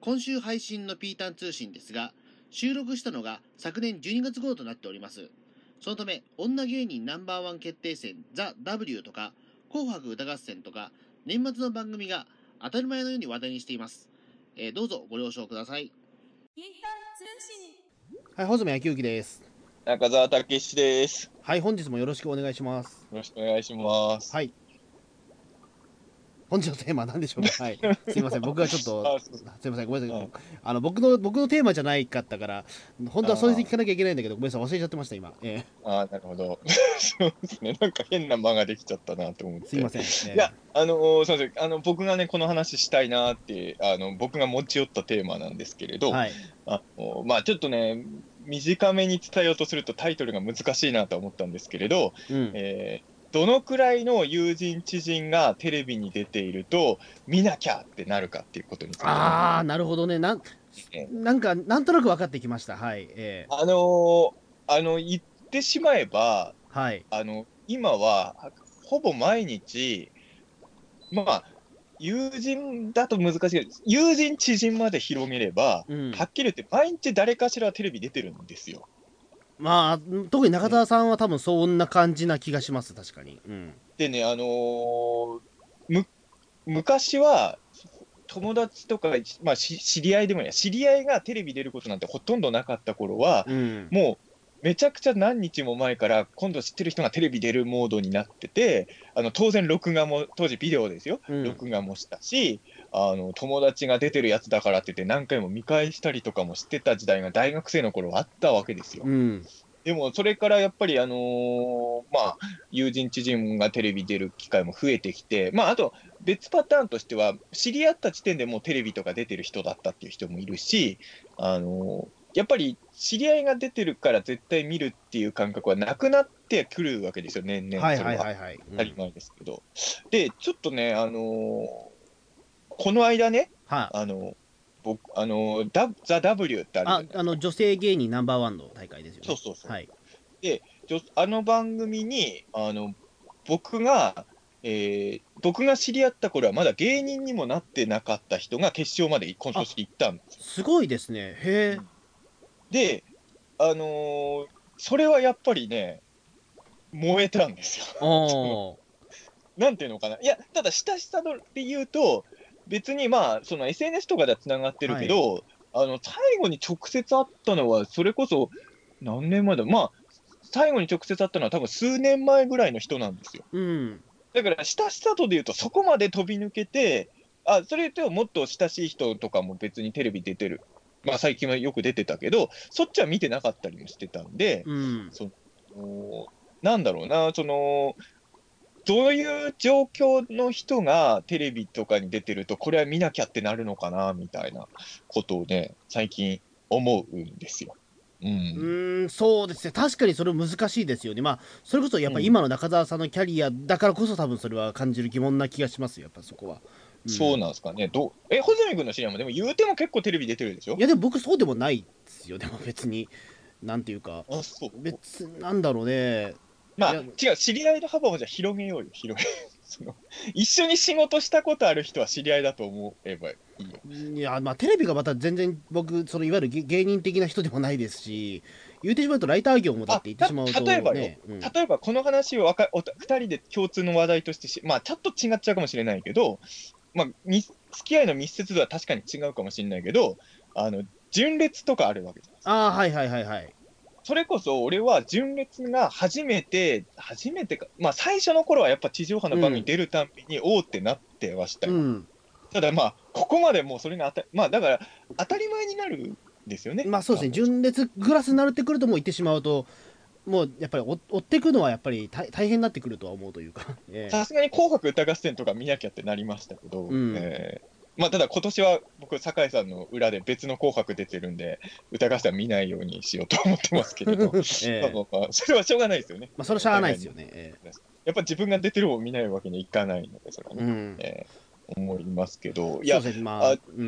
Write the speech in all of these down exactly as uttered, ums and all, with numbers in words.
今週配信のピータン通信ですが、収録したのが昨年じゅうにがつ頃となっております。そのため、女芸人ナンバーワン決定戦ザ・ ダブリュー とか、紅白歌合戦とか、年末の番組が当たり前のように話題にしています。えー、どうぞご了承ください。 ピータン通信。 はい、穂積昭之です。 中澤武史です。 はい、本日もよろしくお願いします。 よろしくお願いします。 はい。本日のテーマは何でしょうか。はい。すいません、僕がちょっと、すいません、ごめんなさい。あの僕の僕のテーマじゃないかったから、本当はそれで聞かなきゃいけないんだけど、ごめんなさい、忘れちゃってました今。えー、ああ、なるほど。そうですね。なんか変な間ができちゃったなと思って。 すいません。えー、いや、あのー、すいません。あの僕がねこの話したいなってあの僕が持ち寄ったテーマなんですけれど、はい、あのまあちょっとね短めに伝えようとするとタイトルが難しいなと思ったんですけれど、うん、えーどのくらいの友人知人がテレビに出ていると見なきゃってなるかっていうことについて。 ああ、なるほどね。なん、なんかなんとなく分かってきました。はい。えー、あのー、あの言ってしまえば、 はい。あの今はほぼ毎日まあ友人だと難しいけど友人知人まで広げれば、うん、はっきり言って毎日誰かしらテレビ出てるんですよ。 まあ、特に中澤さんは多分そんな感じな気がします、確かに。うん、 でね、あのー、む昔は友達とか、まあ、知り合いでもいいや、知り合いがテレビ出ることなんてほとんどなかった頃は、うん、もうめちゃくちゃ何日も前から今度知ってる人がテレビ出るモードになってて、あの当然録画も、当時ビデオですよ、うん、録画もしたし、あの友達が出てるやつだからって言って何回も見返したりとかもしてた時代が大学生の頃はあったわけですよ。うん、でもそれからやっぱり、あのーまあ、友人知人がテレビ出る機会も増えてきて、まあ、あと別パターンとしては知り合った時点でもうテレビとか出てる人だったっていう人もいるし、あのーやっぱり知り合いが出てるから絶対見るっていう感覚はなくなってくるわけですよ、年々。それは当たり前ですけど。で、ちょっとね、あのー、この間ね、はあ、あの僕あのザ・ダブリューってあるじゃないですか。 あ、あの女性芸人ナンバーワンの大会ですよね。 そうそうそう。 はい、 で、あの番組にあの僕が、えー、僕が知り合った頃はまだ芸人にもなってなかった人が決勝まで今年行ったんですよ。 すごいですね。へえ。 で、あのー、それはやっぱりね、燃えたんですよ。なんていうのかな。いや、ただ、親しさで言うと、別にまあ、その エスエヌエス とかではつながってるけど、はい、あの、最後に直接会ったのは、それこそ、何年前だ、まあ、最後に直接会ったのは多分数年前ぐらいの人なんですよ。うん、だから、親しさとで言うと、そこまで飛び抜けて、あ、それ言ってももっと親しい人とかも別にテレビ出てる。まあ、最近はよく出てたけど、そっちは見てなかったりもしてたんで、うん、そのなんだろうな、その、どういう状況の人がテレビとかに出てると、これは見なきゃってなるのかな、みたいなことをね、最近思うんですよ。 うん、うーん、そうですね。確かにそれ難しいですよね。まあ、それこそやっぱ今の中澤さんのキャリアだからこそ多分それは感じる疑問な気がしますよ、やっぱそこは。 うん、そうなんですかね。どうえ、穂積君の知り合いもでも言うても結構テレビ出てるでしょ。 いやでも僕そうでもないですよ。でも別に、なんていうか。 あ、そう。 別、なんだろうね。 まあ、違う、知り合いの幅をじゃあ広げようよ、広げその一緒に仕事したことある人は知り合いだと思えばいいよ。 いや、まあ、テレビがまた全然僕、そのいわゆる芸人的な人でもないですし、言ってしまうとライター業もだって言ってしまうと、ね、 例えばよ、うん、例えばこの話をわかおふたりで共通の話題としてし、まあ、ちょっと違っちゃうかもしれないけど、まあ、付き合いの密接度は確かに違うかもしれないけど、あの純烈とかあるわけじゃないですか。 ああ、はいはいはいはい。 それこそ俺は純烈が初めて、初めてか、まあ最初の頃はやっぱ地上波の番組に出るたびに、おーってなってはしたよ。うん、ただまあ、ここまでもうそれが当たり、まあだから当たり前になるんですよね。 まあそうですね、純烈グラスになってくるともう言ってしまうと、もうやっぱり追っていくのはやっぱり大変になってくるとは思うというか。 さすがに紅白歌合戦とか見なきゃってなりましたけど、うん、えーまあ、ただ今年は僕、酒井さんの裏で別の紅白出てるんで、歌合戦は見ないようにしようと思ってますけれど、えーまあまあ、それはしょうがないですよね。 まあ、それはしょうがないですよね。えー、やっぱ自分が出てる方を見ないわけにはいかないので、それはね、うん、えー、思いますけど、いや、そうですね、まあ、あうん、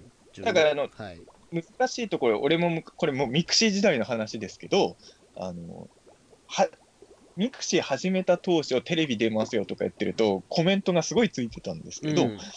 だからあの、はい、難しいところ、俺もこれもミクシー時代の話ですけど、あのはミクシー始めた当初テレビ出ますよとか言ってるとコメントがすごいついてたんですけど、うん、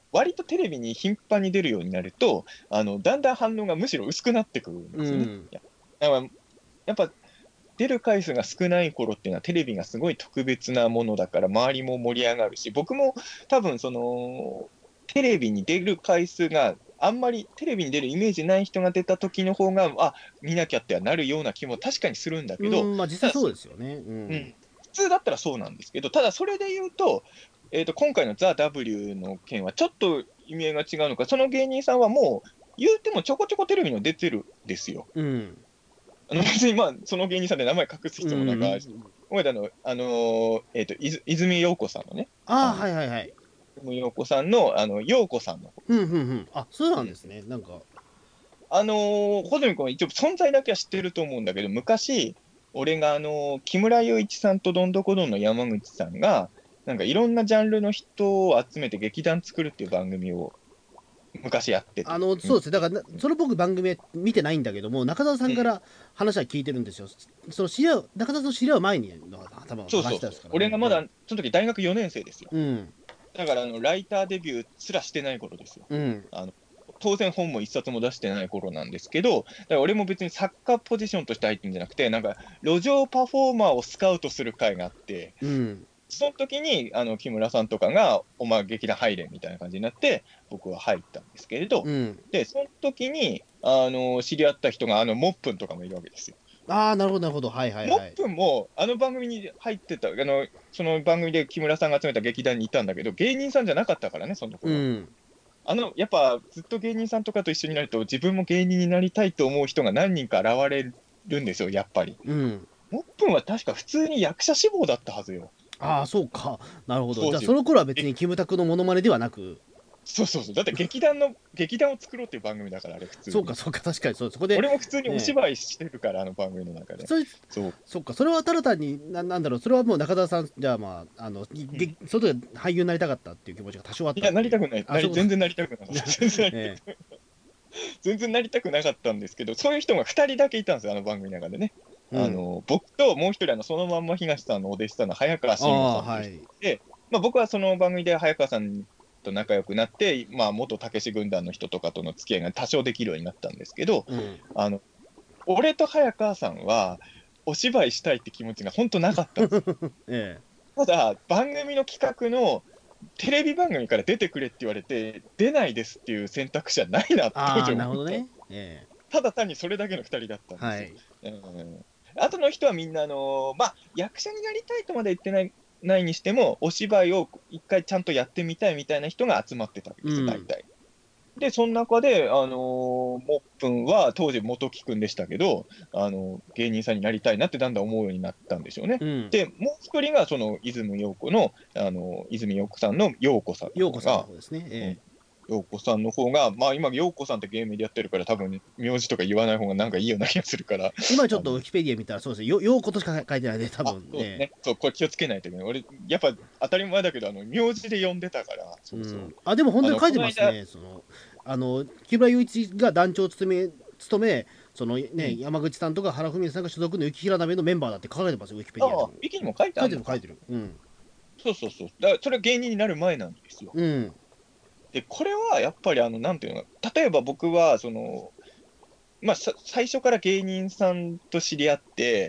割とテレビに頻繁に出るようになると、あのだんだん反応がむしろ薄くなってくるんですよね。 うんいやだからやっぱ出る回数が少ない頃っていうのはテレビがすごい特別なものだから周りも盛り上がるし、僕も多分そのテレビに出る回数があんまりテレビに出るイメージない人が出た時の方があ見なきゃってはなるような気も確かにするんだけど、 うんまあ実際そうですよね。うんうん、普通だったらそうなんですけど、ただそれで言うと、えー、と今回のザ・ W の件はちょっと意味合いが違うのか、その芸人さんはもう言うてもちょこちょこテレビに出てるんですよ。 うんあの別にまあその芸人さんで名前隠す必要もなんか、 うんこの間の、あのーえー、といず泉陽子さんのね、 ああ、 あのはいはいはい。 泉陽子さんの、あの陽子さんの方、 うんうんうん。あ、そうなんですね。なんか。 あのー、穂積君は一応存在だけは知ってると思うんだけど、昔、俺が、あのー木村祐一さんとどんどこどんの山口さんが、なんかいろんなジャンルの人を集めて劇団作るっていう番組を昔やってて。 あのそうですね、だからな、その僕、番組見てないんだけども、中澤さんから話は聞いてるんですよ、その知り合う中澤さんと知り合う前に、多分そうそうそう話したんですから、ね、 俺がまだ、その時大学よねん生ですよ。 うん、 だからあの、ライターデビューすらしてない頃ですよ。 うん、 あの当然本も一冊も出してない頃なんですけど、だから俺も別に作家ポジションとして入ってるんじゃなくて、なんか路上パフォーマーをスカウトする会があって、 うん、 その時にあの木村さんとかが、お前劇団入れみたいな感じになって、僕は入ったんですけれど、 うん、 で、その時にあの知り合った人が、あのモップンとかもいるわけですよ。 ああ、なるほど、なるほど、はいはいはい。 モップンもあの番組に入ってた、あのその番組で木村さんが集めた劇団にいたんだけど、芸人さんじゃなかったからね、その頃は。 うんあのやっぱずっと芸人さんとかと一緒になると、自分も芸人になりたいと思う人が何人か現れるんですよ、やっぱり。 うん、 モップンは確か普通に役者志望だったはずよ。 ああ、そうか、なるほど、 当時じゃあその頃は別にキムタクのモノマネではなく、 そうそうそう、だって劇団の劇団を作ろうっていう番組だから、あれ、普通に。 そうか、そうか、確かにそう、そこで、 俺も普通にお芝居してるから、あの番組の中で。 それそうそっか、それはただ単に、ななんだろう、それはもう中澤さん、じゃあまあ、あの、げ外で俳優になりたかったっていう気持ちが多少あったいや、なりたくない、なりあそう全然なりたくなかった。全然なりええ全然なりたくなかったんですけど、そういう人がふたりだけいたんですよ、あの番組の中でね。 うんあの僕ともう一人、あのそのまんま東さんのお弟子さんの早川慎吾ああ、 さんという人はい。 で、まあ、僕はその番組で早川さんと仲良くなって、まあ、元たけし軍団の人とかとの付き合いが多少できるようになったんですけど、 うん、 あの俺と早川さんは、お芝居したいって気持ちが本当なかったんですよ。 ええただ、番組の企画のテレビ番組から出てくれって言われて、出ないですっていう選択肢はないなって当ああ、 時思った。 なるほどね。えただ単にそれだけのふたりだったんえですよ。 はい。 うんあとの人はみんな、あのーまあ、役者になりたいとまで言ってないないにしても、お芝居を一回ちゃんとやってみたいみたいな人が集まってたわけですよ、 うん大体。で、その中で、あのーもっぷんは当時、元木くんでしたけど、あのー芸人さんになりたいなってだんだん思うようになったんでしょうね。 うん。 で、もう一人が、その泉陽子の、あのー泉陽子さんの陽子さん陽子さんのが、 方ですね。え陽子さんの方が、まあ今、陽子さんって芸名でやってるから、多分名字とか言わない方がなんかいいような気がするから。 え今ちょっとウィキペディア見たらそうですね。よ陽子としか書いてないね、多あ分ね。 そうね、そう、これ気をつけないといけない。俺、やっぱ当たり前だけど、あの名字で呼んでたから、そうそう。 うん、あでも本当に書いてますあのね。そのあの木村祐一が団長を務め務めそのね、 うん山口さんとか原文さんが所属の雪平鍋のメンバーだって書かれてますよ、ウィキペディアでああも。、 ウィキにも書いてあ書いるのかてる書いてる。うん。 そうそうそう。だからそれは芸人になる前なんですよ。 うん。 で、これはやっぱり、あの、なんていうのか、例えば僕は、その、まあ、さ最初から芸人さんと知り合って、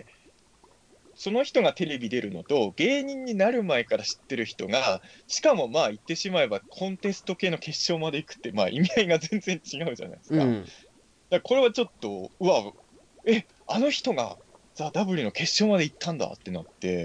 その人がテレビ出るのと、芸人になる前から知ってる人が、しかもまあ言ってしまえばコンテスト系の決勝まで行くって、まあ意味合いが全然違うじゃないですか。だかうん。 らこれはちょっと、うわ、え、あの人がザ・ W の決勝まで行ったんだってなって、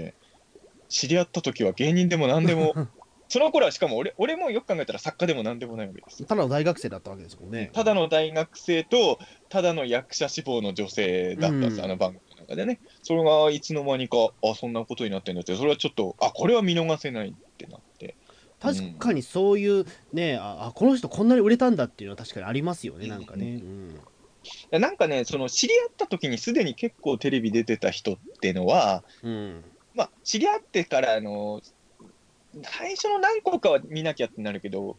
知り合った時は芸人でも何でも、その頃はしかも俺俺もよく考えたら作家でも何でもないわけですよ。 ただの大学生だったわけですもんね。 ただの大学生と、ただの役者志望の女性だったんです、 うんあの番組の中でね。それがいつの間にか、あ、そんなことになってんだって、それはちょっと、あ、これは見逃せないってなって。 確かにそういうね、ああこの人こんなに売れたんだっていうのは確かにありますよね、なんかね。うん。 なんかね、その知り合った時にすでに結構テレビ出てた人っていうのは、 うん。 まあ、知り合ってからあの、最初の何個かは見なきゃってなるけど、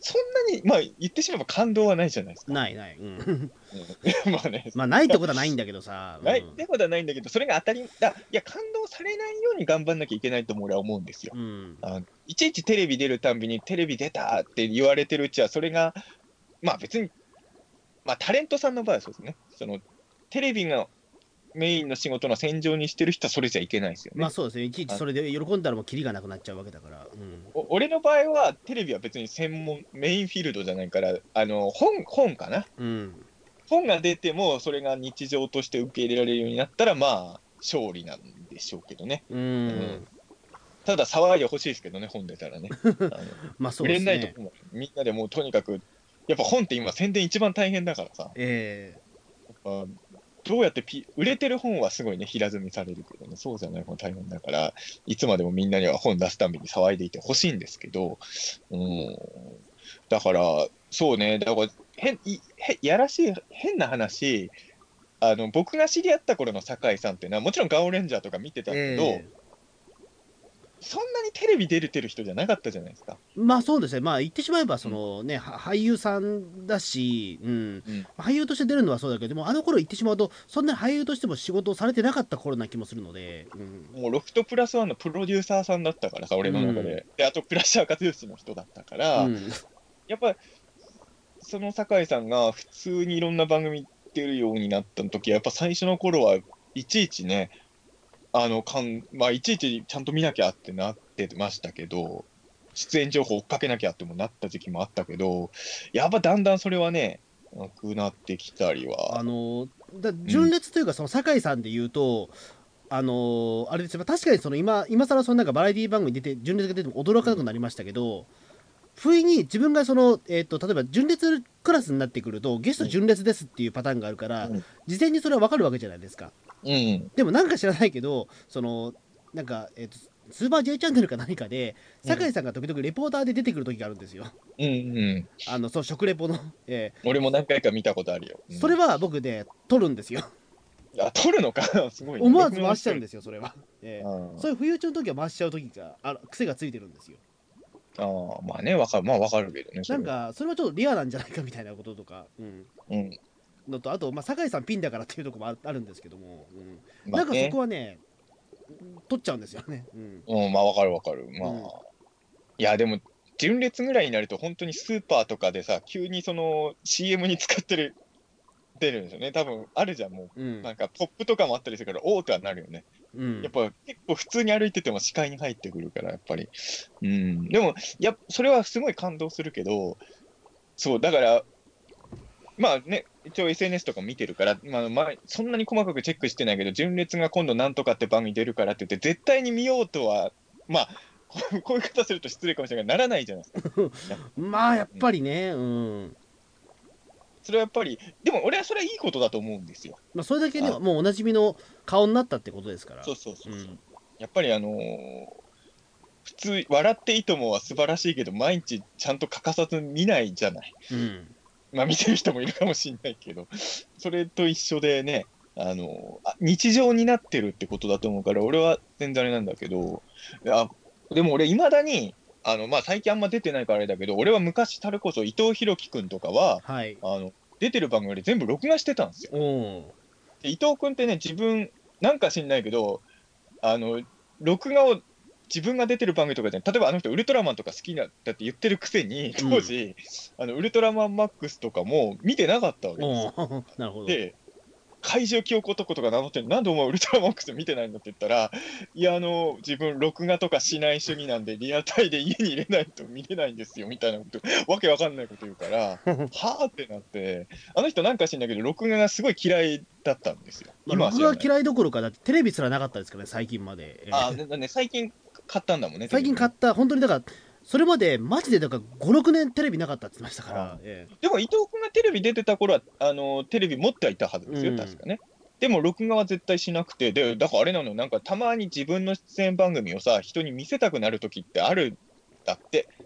そんなに、まあ、言ってしまえば感動はないじゃないですか。 ないない。うん。 うんまあね、 まあ、ないってことはないんだけどさ。うん、 ないってことはないんだけど、それが当たりだ、いや、感動されないように頑張んなきゃいけないとも俺は思うんですよ。 うん。 あのいちいちテレビ出るたんびに、テレビ出たって言われてるうちは、それが、まあ別に、まあタレントさんの場合はそうですね。そのテレビがメインの仕事の戦場にしてる人はそれじゃいけないですよね。 まあそうですね。いちいちそれで喜んだらもうキリがなくなっちゃうわけだから。うん、 お俺の場合は、テレビは別に専門、メインフィールドじゃないから、あの本本かな。 うん。 本が出ても、それが日常として受け入れられるようになったら、まあ、勝利なんでしょうけどね。 うん。 うんただ、騒いでほしいですけどね、本出たらね。あのまあそう売れですね。 ないとこも、みんなでもうとにかく、やっぱ本って今、宣伝一番大変だからさ、 えやっぱどうやってピ売れてる本はすごいね、平積みされるけどね、そうじゃない本大変だから、いつまでもみんなには本出すために騒いでいてほしいんですけど、うん、だから、そうね、だから変いへやらしい、変な話、あの僕が知り合った頃の酒井さんっていうのは、もちろんガオレンジャーとか見てー、 たけど、 えそんなにテレビ出れてる人じゃなかったじゃないですか。 ー、まあそうですね。まあ言ってしまえば、そのね、は俳優さんだし、うん。 うん俳優として出るのはそうだけど、でもあの頃言ってしまうと、そんなに俳優としても仕事をされてなかった頃な気もするので、うん。 もうロフトプラスワンのプロデューサーさんだったからさ、俺の中で。 うんで、あとクラッシャー和義の人だったかうら、 ん。 やっぱりその酒井さんが普通にいろんな番組出るようになった時は、やっぱ最初の頃はいちいちね、あの、かんまあ、いちいちちゃんと見なきゃってなってましたけど、出演情報追っかけなきゃってもなった時期もあったけど、やっぱだんだんそれはね、なくなってきたりは。 あのだ純烈というか、その酒井さんで言うと、あのあれですよ、確かにその今、今更そのなんかバラエティ番組に出て、純烈が出ても驚かなくなりましたけど、不意に自分がその、えー、と例えば純烈クラスになってくると、ゲスト純烈ですっていうパターンがあるから、 うん事前にそれは分かるわけじゃないですか。 うん。 でもなんか知らないけど、そのなんか、えー、とスーパー J チャンネルか何かで、酒井さんが時々レポーターで出てくる時があるんですよ。 うんうん。 あのその食レポの、え俺も何回か見たことあるよ。うんーそれは僕ね、撮るんですよ。 あ、撮るのかすごいね。 思わず回しちゃうんですよ、それは。えーうんそういう不意打ちの時は回しちゃう時があ癖がついてるんですよ。 ああ、まあね、わかる、まあわかるけどね。それはなんか、それはちょっとリアなんじゃないかみたいなこととか、うん、 うん。 のと、あと、まあ、酒井さんピンだからっていうところもあるあるんですけども、うんまあねなんかそこはね、取っちゃうんですよね。うんうん、まあわかるわかる。まあ。 うんいや、でも、純烈ぐらいになると、本当にスーパーとかでさ、急にその シーエム に使ってる、出るんですよね。多分あるじゃん、もう。 うんなんか、ポップとかもあったりするから、おーってはなるよね。 うんやっぱ、結構普通に歩いてても視界に入ってくるから、やっぱり。うん。でも、やそれはすごい感動するけど、そう、だから、まあね、一応 エスエヌエス とか見てるから、まあ、まあ、そんなに細かくチェックしてないけど、純烈が今度なんとかって番組出るからって言って、絶対に見ようとは、まあ、こうこういう方すると失礼かもしれないけど、ならないじゃないですか。 まあ、やっぱりね、うんそれはやっぱり、でも俺はそれはいいことだと思うんですよ。 まあ、それだけね、 あもうおなじみの顔になったってことですから。 そうそうそうそう。 うんやっぱりあのー普通、笑っていいともは素晴らしいけど、毎日ちゃんと欠かさず見ないじゃない。 うんまあ見てる人もいるかもしれないけど、それと一緒でね、あのあ日常になってるってことだと思うから、俺は全然あれなんだけど、いやでも俺、いまだに、あのまあ、最近あんま出てないからあれだけど、俺は昔、たるこそ伊藤洋樹君とかは、 はい。 あの出てる番組で全部録画してたんですよ。 おおで伊藤君ってね、自分、なんか知んないけど、あの録画を自分が出てる番組とかで、例えばあの人、ウルトラマンとか好きだって言ってるくせに、当時、あのウルトラマンマックスとかも見てなかったわけですよ。 おおなるほど。 で、怪獣記憶男とか名乗ってる、なんでお前ウルトラマンマックス見てないんだって言ったら、いや、あの、自分、録画とかしない主義なんで、リアタイで家に入れないと見れないんですよ、みたいなこと、わけわかんないこと言うから、はぁってなって、あの人なんか知んないけど、録画がすごい嫌いだったんですよ。 まあ、 今は知らない。 僕が嫌いどころか、だってテレビすらなかったですからね、最近まで。えーあ、でね、最近買ったんだもんね、 最近買っった、本当にだから、それまでマジでだからご、ろくねんテレビなかったって言ってましたかあら、えでも伊藤君がテレビ出てた頃は、あの、テレビ持ってはいたはずですよ、 うん確かね。でも録画は絶対しなくて、で、だからあれなの、なんかたまに自分の出演番組をさ、人に見せたくなる時ってあるんだって。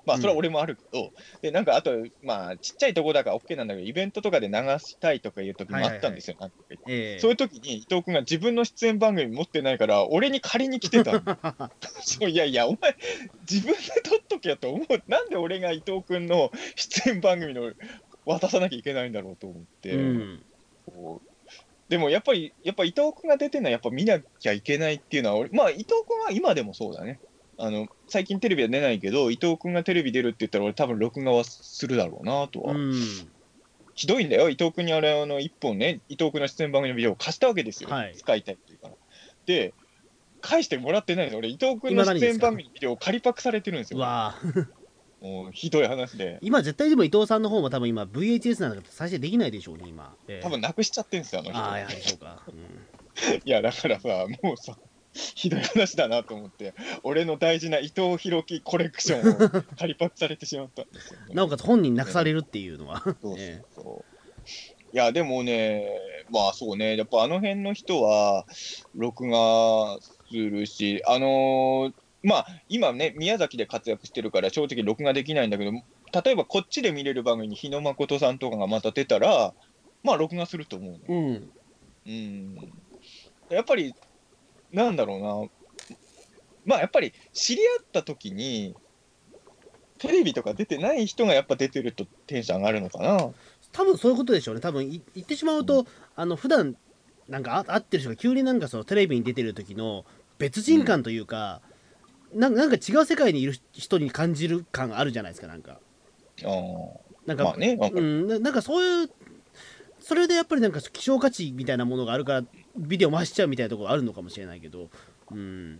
まあそれは俺もあるけど、うん、でなんかあとまあちっちゃいとこだから OK なんだけど、イベントとかで流したいとかいう時もあったんですよ、はいはいはい、えー、そういう時に伊藤君が自分の出演番組持ってないから俺に借りに来てたのそういやいやお前自分で撮っとけよと思う。なんで俺が伊藤君の出演番組の渡さなきゃいけないんだろうと思って、うん、こうでもやっぱりやっぱ伊藤君が出てるのはやっぱ見なきゃいけないっていうのは俺、まあ伊藤君は今でもそうだね。あの最近テレビは出ないけど伊藤君がテレビ出るって言ったら俺多分録画はするだろうなとは、うん、ひどいんだよ伊藤君にあれあのいっぽんね伊藤君の出演番組のビデオを貸したわけですよ、はい、使いたいっていうからで返してもらってないんですよ。俺伊藤君の出演番組のビデオを仮パクされてるんですよ。 わもうひどい話で今絶対でも伊藤さんの方も多分今 ブイエイチエス なんだから再生できないでしょうね今、 えー、多分なくしちゃってるんですよあの人。 ああやはりそうか、うん、 いやだからさもうさひどい話だなと思って俺の大事な伊藤弘樹コレクションを仮パクされてしまったんですよ、ね、 なおかつ本人なくされるっていうのは、 ね、そうそうそういやでもねまあそうねやっぱあの辺の人は録画するしあのー、まあ今ね宮崎で活躍してるから正直録画できないんだけど例えばこっちで見れる番組に日野誠さんとかがまた出たらまあ録画すると思うの、うん、うんやっぱりなんだろうなまあやっぱり知り合った時にテレビとか出てない人がやっぱ出てるとテンション上がるのかな。 多分そういうことでしょうね。多分い言ってしまうと、うん、あの普段なんか会ってる人が急になんかそのテレビに出てる時の別人感というか、うん、ななんか違う世界にいる人に感じる感あるじゃないですかなんか。 あなんか、 まあね、 うん、ななんかそういうそれでやっぱりなんか希少価値みたいなものがあるからビデオ回しちゃうみたいなところあるのかもしれないけど、うん、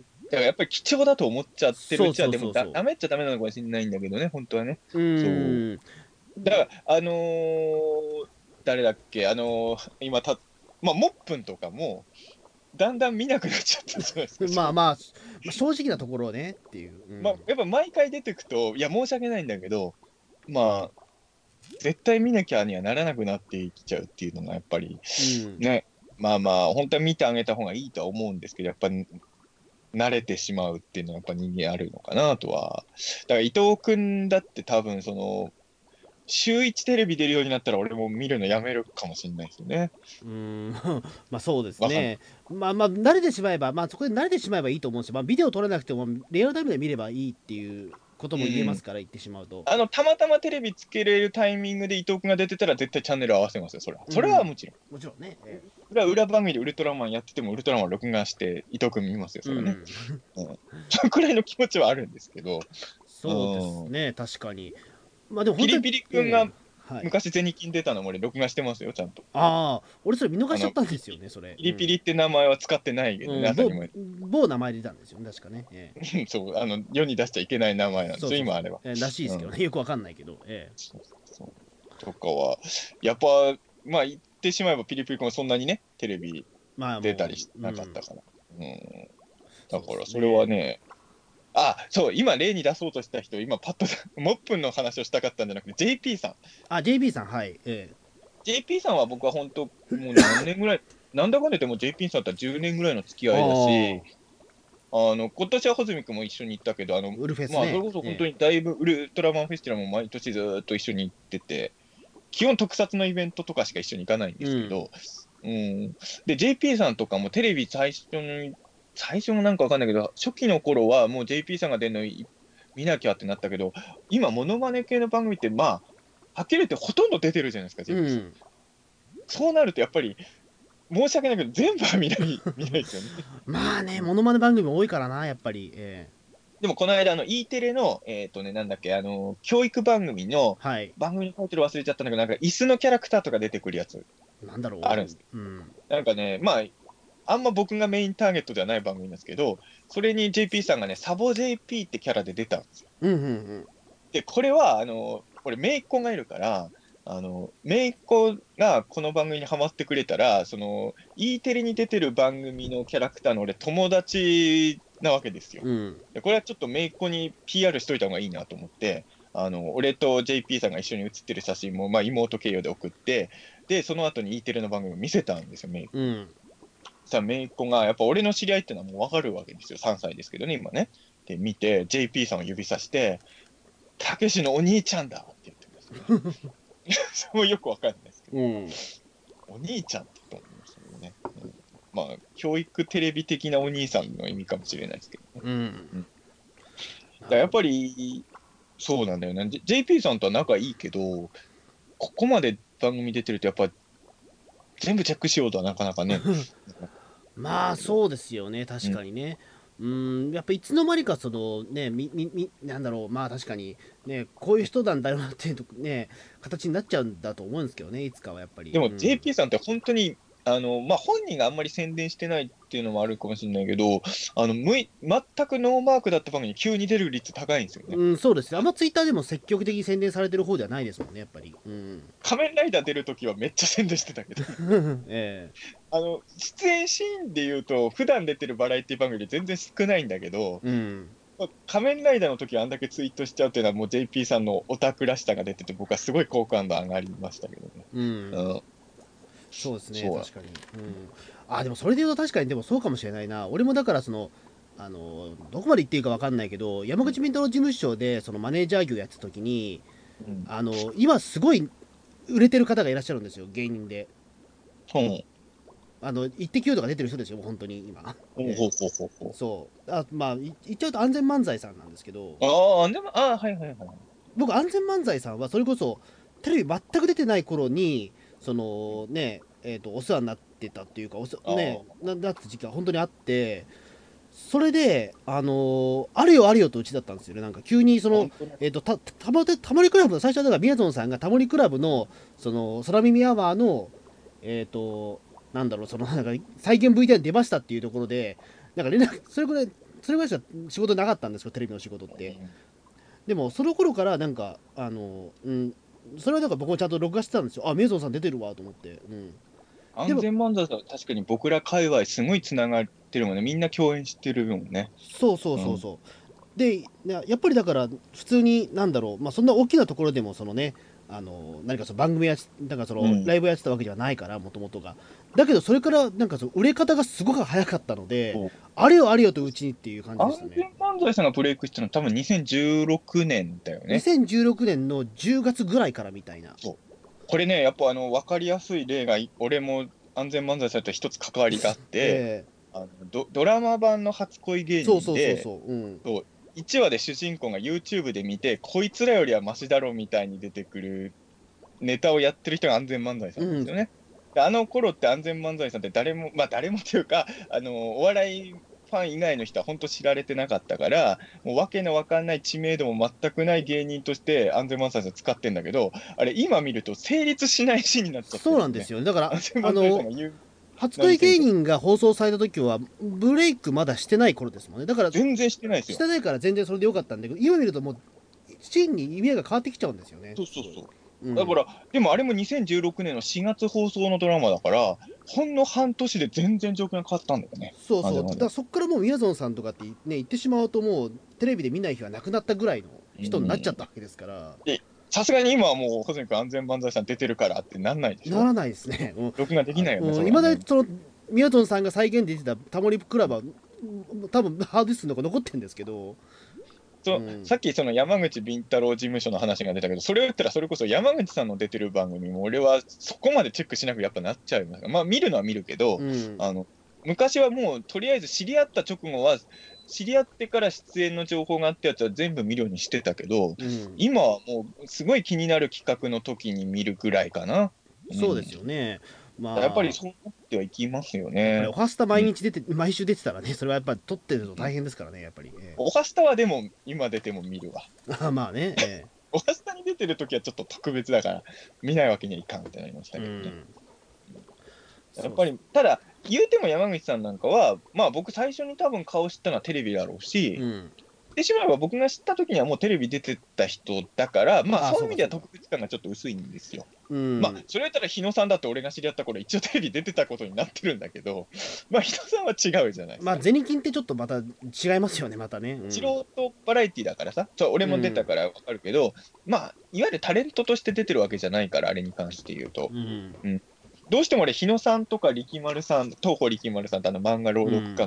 だからやっぱり貴重だと思っちゃってるうちはでもだダメっちゃダメなのかもしれないんだけどね本当はね。 うんそうだからあのー、誰だっけあのー、今たまあモップンとかもだんだん見なくなっちゃったじゃないですか。 まあまあ正直なところねっていう、うん、 まあやっぱ毎回出てくといや申し訳ないんだけどまあ絶対見なきゃにはならなくなってきちゃうっていうのがやっぱり、うん、ねまあまあ本当は見てあげた方がいいとは思うんですけどやっぱり慣れてしまうっていうのはやっぱ人間あるのかなとは。だから伊藤君だって多分その週いちテレビ出るようになったら俺も見るのやめるかもしれないですよね。 うーんまあそうですね。まあまあ慣れてしまえばまあそこで慣れてしまえばいいと思うし、まあ、ビデオ撮らなくてもリアルタイムで見ればいいっていうことも言えますから、うん、言ってしまうとあのたまたまテレビつけれるタイミングで伊藤君が出てたら絶対チャンネル合わせますよそれは、うん、それはもちろんもちろんね、えー、それは裏番組でウルトラマンやっててもウルトラマン録画して伊藤君見ますよそれはね、うんうん、そのくらいの気持ちはあるんですけどそうですね、うん、確かにまあでもピリピリ君が、えーはい、昔銭金出たのも俺録画してますよちゃんと。 ああ俺それ見逃しちゃったんですよねそれ。 ピリピリって名前は使ってないけどね、うん、当たり前某名前で出たんですよね確かね、ええ、そうあの世に出しちゃいけない名前なんですよ今あれは、 えー、らしいですけどね、うん、よくわかんないけど、ええ、 そうそうとかはやっぱまあ言ってしまえばピリピリ君はそんなにねテレビ出たりしなかったから、うんうん、だからそれはねあ、そう、今例に出そうとした人、今パッと、モップンの話をしたかったんじゃなくて、ジェイピー さん。 あ、ジェイピー さん、はい。ええ、 ジェイピー さんは僕は本当、もう何年ぐらい、なんだかんだ言っても ジェイピー さんだったらじゅうねんぐらいの付き合いだし、あの、今年は穂積君も一緒に行ったけど、あの、 ウルフェスね、 まあ、それこそ本当にだいぶウルトラマンフェスティバルも毎年ずっと一緒に行ってて、基本特撮のイベントとかしか一緒に行かないんですけど、うん。うん、で、ジェイピー さんとかもテレビ最初に、最初もなんかわかんないけど、初期の頃はもう ジェイピー さんが出るの見なきゃってなったけど、今、モノマネ系の番組って、まあ、はっきり言ってほとんど出てるじゃないですか、ジェイピー さん。うん、そうなると、やっぱり、申し訳ないけど、全部は見ない、見ないですよね。 まあね、モノマネ番組多いからな、やっぱり。えー、でも、この間、あの E テレの、えっとね、なんだっけ、あの、教育番組の、はい、番組のタイトル忘れちゃったんだけど、なんか、椅子のキャラクターとか出てくるやつ。 なんだろう。 あるんです。うん、なんかね、まあ、あんま僕がメインターゲットではない番組なんですけど、それに ジェイピー さんがね、サボ ジェイピー ってキャラで出たんですよ。 うんうんうん、 で、これは、あの、俺、姪っ子がいるから、あの、姪っ子がこの番組にハマってくれたら、その、E テレに出てる番組のキャラクターの俺、友達なわけですよ。うん、でこれはちょっと姪っ子に ピーアール しといた方がいいなと思って、あの、俺と ジェイピー さんが一緒に写ってる写真も、まあ、妹経由で送って、で、その後に E テレの番組を見せたんですよ、姪っ子。うんさあ、姪っ子が、やっぱ俺の知り合いっていうのはもう分かるわけですよ。さんさいですけどね、今ね。で、見て、ジェイピー さんを指さして、 たけしのお兄ちゃんだって言ってました、ね。それもよくわかんないですけど、 うん、 お兄ちゃんって思いましたけどね。うん、まあ、教育テレビ的なお兄さんの意味かもしれないですけどね。 うん。うん、 だからやっぱり、そうなんだよね。ジェイピー さんとは仲いいけど、ここまで番組出てると、やっぱ全部チェックしようとはなかなかね。 まあそうですよね、確かにね。うん、やっぱいつの間にかそのね、みみみなんだろう、まあ確かにね、こういう人なんだろうなっていうとね、形になっちゃうんだと思うんですけどね、いつかはやっぱり。 でもうん、 ジェイピー さんって本当に、あの、まあ、本人があんまり宣伝してないっていうのもあるかもしれないけど、あの、むい、全くノーマークだった番組に急に出る率高いんですよね。 うん、そうですね。あんまツイッターでも積極的に宣伝されてる方ではないですもんね、やっぱり。うん。 仮面ライダー出るときはめっちゃ宣伝してたけど、 えあの、出演シーンで言うと、普段出てるバラエティ番組より全然少ないんだけど、 え、うん。 仮面ライダーの時はあんだけツイートしちゃうっていうのはもう ジェイピー さんのオタクらしさが出てて、僕はすごい好感度上がりましたけどね。 うん。 うん、 そうですね、 そう確かに。うん。あ、でもそれで言うと確かに、でもそうかもしれないな。俺もだからその、あの、どこまで言っていいかわかんないけど、山口敏太郎事務所でそのマネージャー業やってた時に、 うん。 あの、今すごい売れてる方がいらっしゃるんですよ、芸人で。 ほうあの、イッテ Q とか出てる人ですよ、本当に今。ええ、 ほうほうほうほうほう。 そう。あ、まあ、い言っちゃうと安全漫才さんなんですけど、 ああ、でも、ああ、はいはいはい。 僕、安全漫才さんはそれこそ、テレビ全く出てない頃に、そのね、えっ、と、お世話になってたっていうか、お世あね、 あ、 ななった時期が本当にあって、それで、あのーあれよあれよとうちだったんですよね。なんか急にその、 本当に。 えっ、と、た、たま、タモリクラブの最初はだから、みやぞんさんがタモリクラブの、その、空耳アワーの、えっ、と、なんだろう、その、なんか、再現 ブイティーアール に出ましたっていうところで、なんか連絡、それぐらい、それぐらいしか仕事なかったんですよ、テレビの仕事って。でも、その頃から、なんか、あの、うん、それはなんか僕もちゃんと録画してたんですよ。あ、みやぞんさん出てるわと思って。うん。でも、 安全漫才さんは確かに僕ら界隈すごいつながってるもんね。みんな共演してるもんね。 そうそううん。 そうそう。で、ねやっぱりだから、普通に、なんだろう、まあ、そんな大きなところでも、そのね、あの何かその番組やなんかそのうん。 ライブやってたわけではないから、もともとが。だけど、それからなんかその売れ方がすごく早かったので、 そう。 あれよあれよとうちにっていう感じで安したね。 全漫才さんがブレイクしたのは多分にせんじゅうろくねんだよね。 にせんじゅうろくねんのじゅうがつぐらいからみたいな。 そう。これね、やっぱあの、わかりやすい例がい、俺も安全漫才さんと一つ関わりがあって、 ええ、 あのド、ドラマ版の初恋芸そうそうそう人で、 そう。うん。 そう、いちわで主人公が YouTube で見て、こいつらよりはマシだろみたいに出てくるネタをやってる人が安全漫才さうん。 んなんですよね。であの頃って安全漫才さんって誰も、まあ誰もというか、あの、お笑いファン以外の人は本当知られてなかったから、もうわけのわかんない知名度も全くない芸人として安全漫才さん使ってんだけど、あれ今見ると成立しないシーンになっちゃってそうるもんね。 なんですよね。だから、 安全漫才さあの、 んが言う初恋何せんと芸人が放送された時は、ブレイクまだしてない頃ですもんね。だから、 全然してないですよ。 してないから全然それでよかったんだけど、今見るともう、シーンに意味合いが変わってきちゃうんですよね。すごい。 そうそうそう。 うん。 だから、でもあれもにせんじゅうろくねんのしがつ放送のドラマだから、ほんの半年で全然状況が変わったんだよね。 そうそう。だ安全漫才。 からそっからもうみやぞんさんとかってね、言ってしまうともう、テレビで見ない日はなくなったぐらいのう人になっちゃっん。 たわけですから、 で、さすがに今はもう、穂積君安全漫才さん出てるからってなんないでしょ？ ならないですね。うん。 録画できないよね、そいまれはね。 だにその、みやぞんさんが再現で出てたタモリクラブは、うん多分ハードディスクの中残ってるんですけど、うそうん。 さっきその山口敏太郎事務所の話が出たけど、それを言ったらそれこそ山口さんの出てる番組も俺はそこまでチェックしなくやっぱなっちゃいます。まあ見るのは見るけど、 うん。 あの昔はもうとりあえず知り合った直後は、知り合ってから出演の情報があったやつは全部見るようにしてたけど、 うん。 今はもうすごい気になる企画の時に見るぐらいかな。うん。 そうですよね。 やっぱりまあ、 そうなってはいきますよやっぱりおね。 はスタうん。 毎日出て、毎週出てたらね、それはやっぱり撮ってると大変ですからね、やっぱり。えおはスタはでも今出ても見るわ。 え、あまあね、えおはスタに出てる時はちょっと特別だから見ないわけにはいかんってなりましえ、うたけどね。 ん。そうそう。 やっぱり、ただ、言うても山口さんなんかは、まあ僕最初に多分顔知ったのはテレビだろうし、 うん。 言ってしまえば僕が知った時にはもうテレビ出てた人だから、まあああ、 そういう意味ではそうかそうか。 特別感がちょっと薄いんですよ。 うまあ、 ん。 それ言ったら日野さんだって俺が知り合った頃一応テレビ出てたことになってるんだけど、まあ日野さんは違うじゃないですまあ、 か。 銭金ってちょっとまた違いますよね、またね。うん。 素人バラエティだからさ、そう俺も出たうん。 からわかるけど、まあ、いわゆるタレントとして出てるわけじゃないから、あれに関して言うと。 うん。 うん、どうしても俺、日野さんとか力丸さん、東方力丸さんってあの漫画朗うん。 読家の人と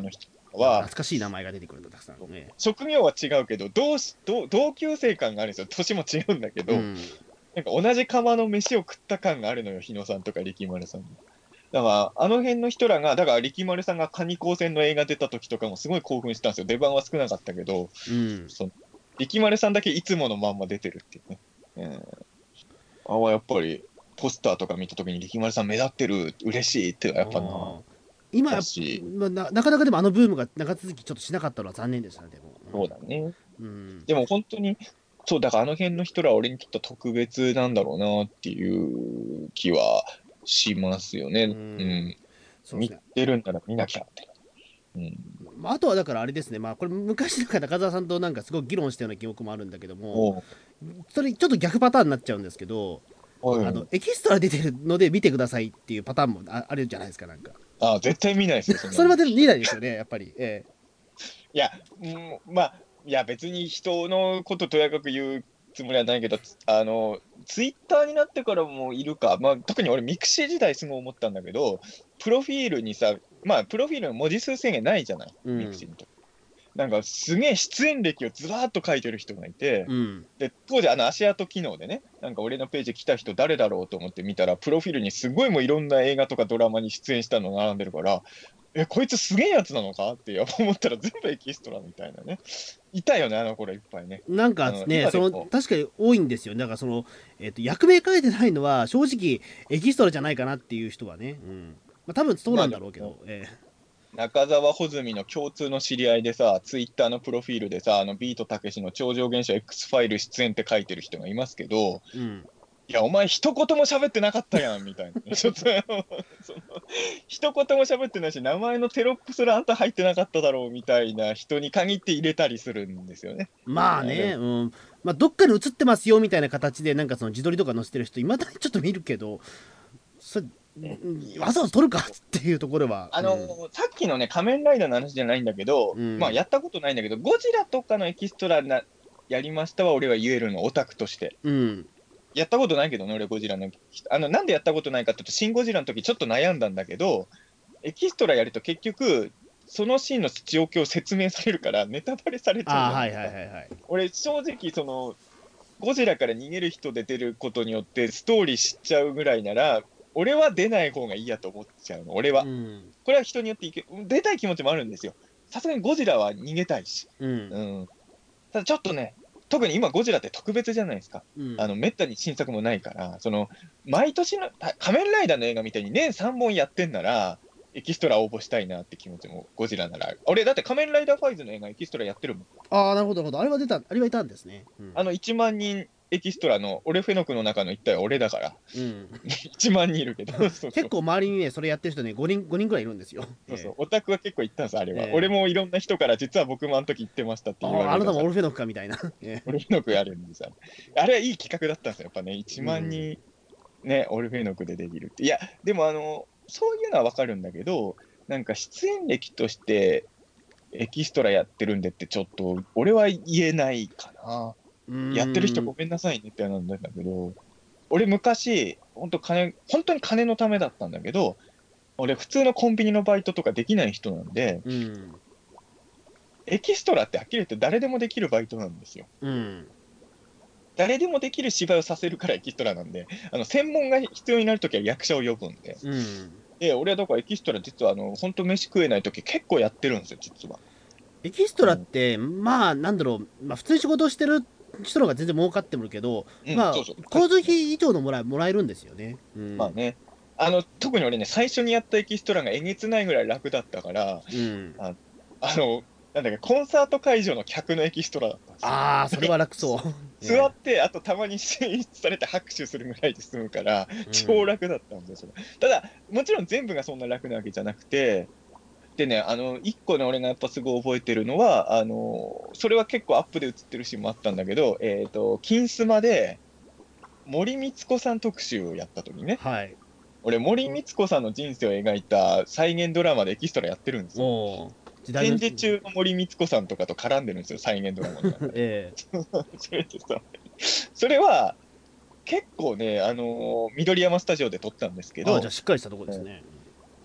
は、 懐かしい名前が出てくるんだ、たくさんね。 職業は違うけど、同し同同級生感があるんですよ。年も違うんだけど、 うんなんか同じ釜の飯を食った感があるのよ、日野さんとか力丸さんも。だから、あの辺の人らが、だから力丸さんが蟹高専の映画出た時とかもすごい興奮したんですよ。出番は少なかったけど、 うんその力丸さんだけいつものまんま出てるっていうね。うんあはやっぱり、ポスターとか見たときに力丸さん目立ってる、嬉しいってやっぱな。 あー今やっだしまあな、なかなかでもあのブームが長続きちょっとしなかったのは残念でしたね、でも。 そうだね。 うん。 でも本当に、そう、だからあの辺の人らは俺にとっては特別なんだろうなっていう気はしますよね。 ううんん。見そうですね。 てるんなら見なきゃって。うん。 まあ、あとはだからあれですね、まあ、これ昔なんか中澤さんとなんかすごく議論したような記憶もあるんだけども、 おそれちょっと逆パターンになっちゃうんですけど、 はいあのエキストラ出てるので見てくださいっていうパターンもああるじゃないですか、なんか。 あ、絶対見ないですよ、そんなのそれはでも見ないですよね、やっぱり。えいや、うん、まあ、いや、別に人のこととやかく言うつもりはないけど、つあの、ツイッターになってからもいるか、まあ、特に俺、ミクシー時代すごい思ったんだけど、プロフィールにさ、まあ、プロフィールの文字数制限ないじゃない、 うんミクシーのと。なんか、すげえ出演歴をずらーっと書いてる人がいて、 えうん。 で、当時、あの、足跡機能でね、なんか俺のページ来た人誰だろうと思って見たら、プロフィールにすごいもういろんな映画とかドラマに出演したのが並んでるから、え、こいつすげえやつなのかって思ったら全部エキストラみたいなね。いたよね、あの頃いっぱいね。 なんかうんね、そ今でもの確かに多いんですよ。だからその、えっと役名書いてないのは正直エキストラじゃないかなっていう人はね、うんまあ、多分そうなんだろうけど、え中澤穂積の共通の知り合いでさ、ツイッターのプロフィールでさ、あのビートたけしの超常現象 X ファイル出演って書いてる人がいますけど、 えうん、 いや、お前一言も喋ってなかったやん、みたいな。ちょっと、その、一言も喋ってないし、名前のテロップすらあんた入ってなかっただろう、みたいな人に限って入れたりするんですよね。 まあね、うんまあ、どっかに映ってますよみたいな形でなんかその自撮りとか載せてる人いまだにちょっと見るけど、それうんわざわざ撮るかっていうところは。 あの、 うんさっきのね、仮面ライダーの話じゃないんだけど、 うんまあ、やったことないんだけど、ゴジラとかのエキストラなやりましたは、俺は言えるの、オタクとして。 うんやったことないけどね、俺、ゴジラの。あの、なんでやったことないかっていうと、シン・ゴジラの時ちょっと悩んだんだけど、エキストラやると結局、そのシーンの状況を説明されるから、ネタバレされちゃうああじゃないですか。 はいはいはいはい俺、正直、その、ゴジラから逃げる人で出ることによって、ストーリー知っちゃうぐらいなら、俺は出ない方がいいやと思っちゃうの、俺は。 うんこれは人によっていけ出たい気持ちもあるんですよ。さすがにゴジラは逃げたいし。 うんうん。ただちょっとね、特に今ゴジラって特別じゃないですか。 うんあの、めったに新作もないから、その、毎年の、た仮面ライダーの映画みたいに年さんぼんやってんなら、エキストラ応募したいなって気持ちもゴジラならある。俺、だって仮面ライダーファイズの映画エキストラやってるもん。 ああなるほどなるほど、あれは出た、あれはいたんですね。うんあのいちまん人エキストラの、俺フェノクの中の一体俺だから。 うんいちまん人いるけど。そうそう結構周りにねそれやってる人ねごにんごにんくらいいるんですよ。 そうそう、オタクは結構行ったんです、あれは。 ええ俺もいろんな人から、実は僕もあの時行ってましたってあ言われるああなたもオルフェノクかみたいな。ええオルフェノクやるんですよ。あれはいい企画だったんですよ、やっぱね、いちまん人、ね、オルフェノクでできるって。いや、でもあの、そういうのはわかるんだけど、なんか出演歴としてエキストラやってるんでって、ちょっと、俺は言えないかな。やってる人ごめんなさいねってなんだけど、俺昔、本当金、本当に金のためだったんだけど、俺普通のコンビニのバイトとかできない人なんで、 うんエキストラってはっきり言って誰でもできるバイトなんですよ。 うん誰でもできる芝居をさせるからエキストラなんで、あの専門が必要になるときは役者を呼ぶんで。 うんで、俺はだからエキストラ実はあの、本当飯食えないとき結構やってるんですよ、実は。 エキストラって、まあなんだろう、まあ、普通に仕事をしてる人の方が全然儲かってもるけど、 うんまあそうそう交通費以上のもらえもらえるんですよね。うんまあね。あの、特に俺ね、最初にやったエキストラがえげつないぐらい楽だったから、 うん、 あの、なんだっけ、コンサート会場の客のエキストラだったんですよ。 ああそれは楽そう。 座って、あとたまに演出されて拍手するぐらいで済むから、超楽だったんですよ、それ。ただ、もちろん全部がそんな楽なわけじゃなくて、でね、あの、一個ね、俺がやっぱすごい覚えてるのは、あの、それは結構アップで映ってるシーンもあったんだけど、えっと、金スマで、森光子さん特集をやった時にね、 はい。 俺、森光子さんの人生を描いた再現ドラマでエキストラやってるんですよ。 もう時代の戦時中の森光子さんとかと絡んでるんですよ、再現ドラマの中で。 えそれでさ、それは結構ね、あのー緑山スタジオで撮ったんですけど、 えああじゃあしっかりしたところですね。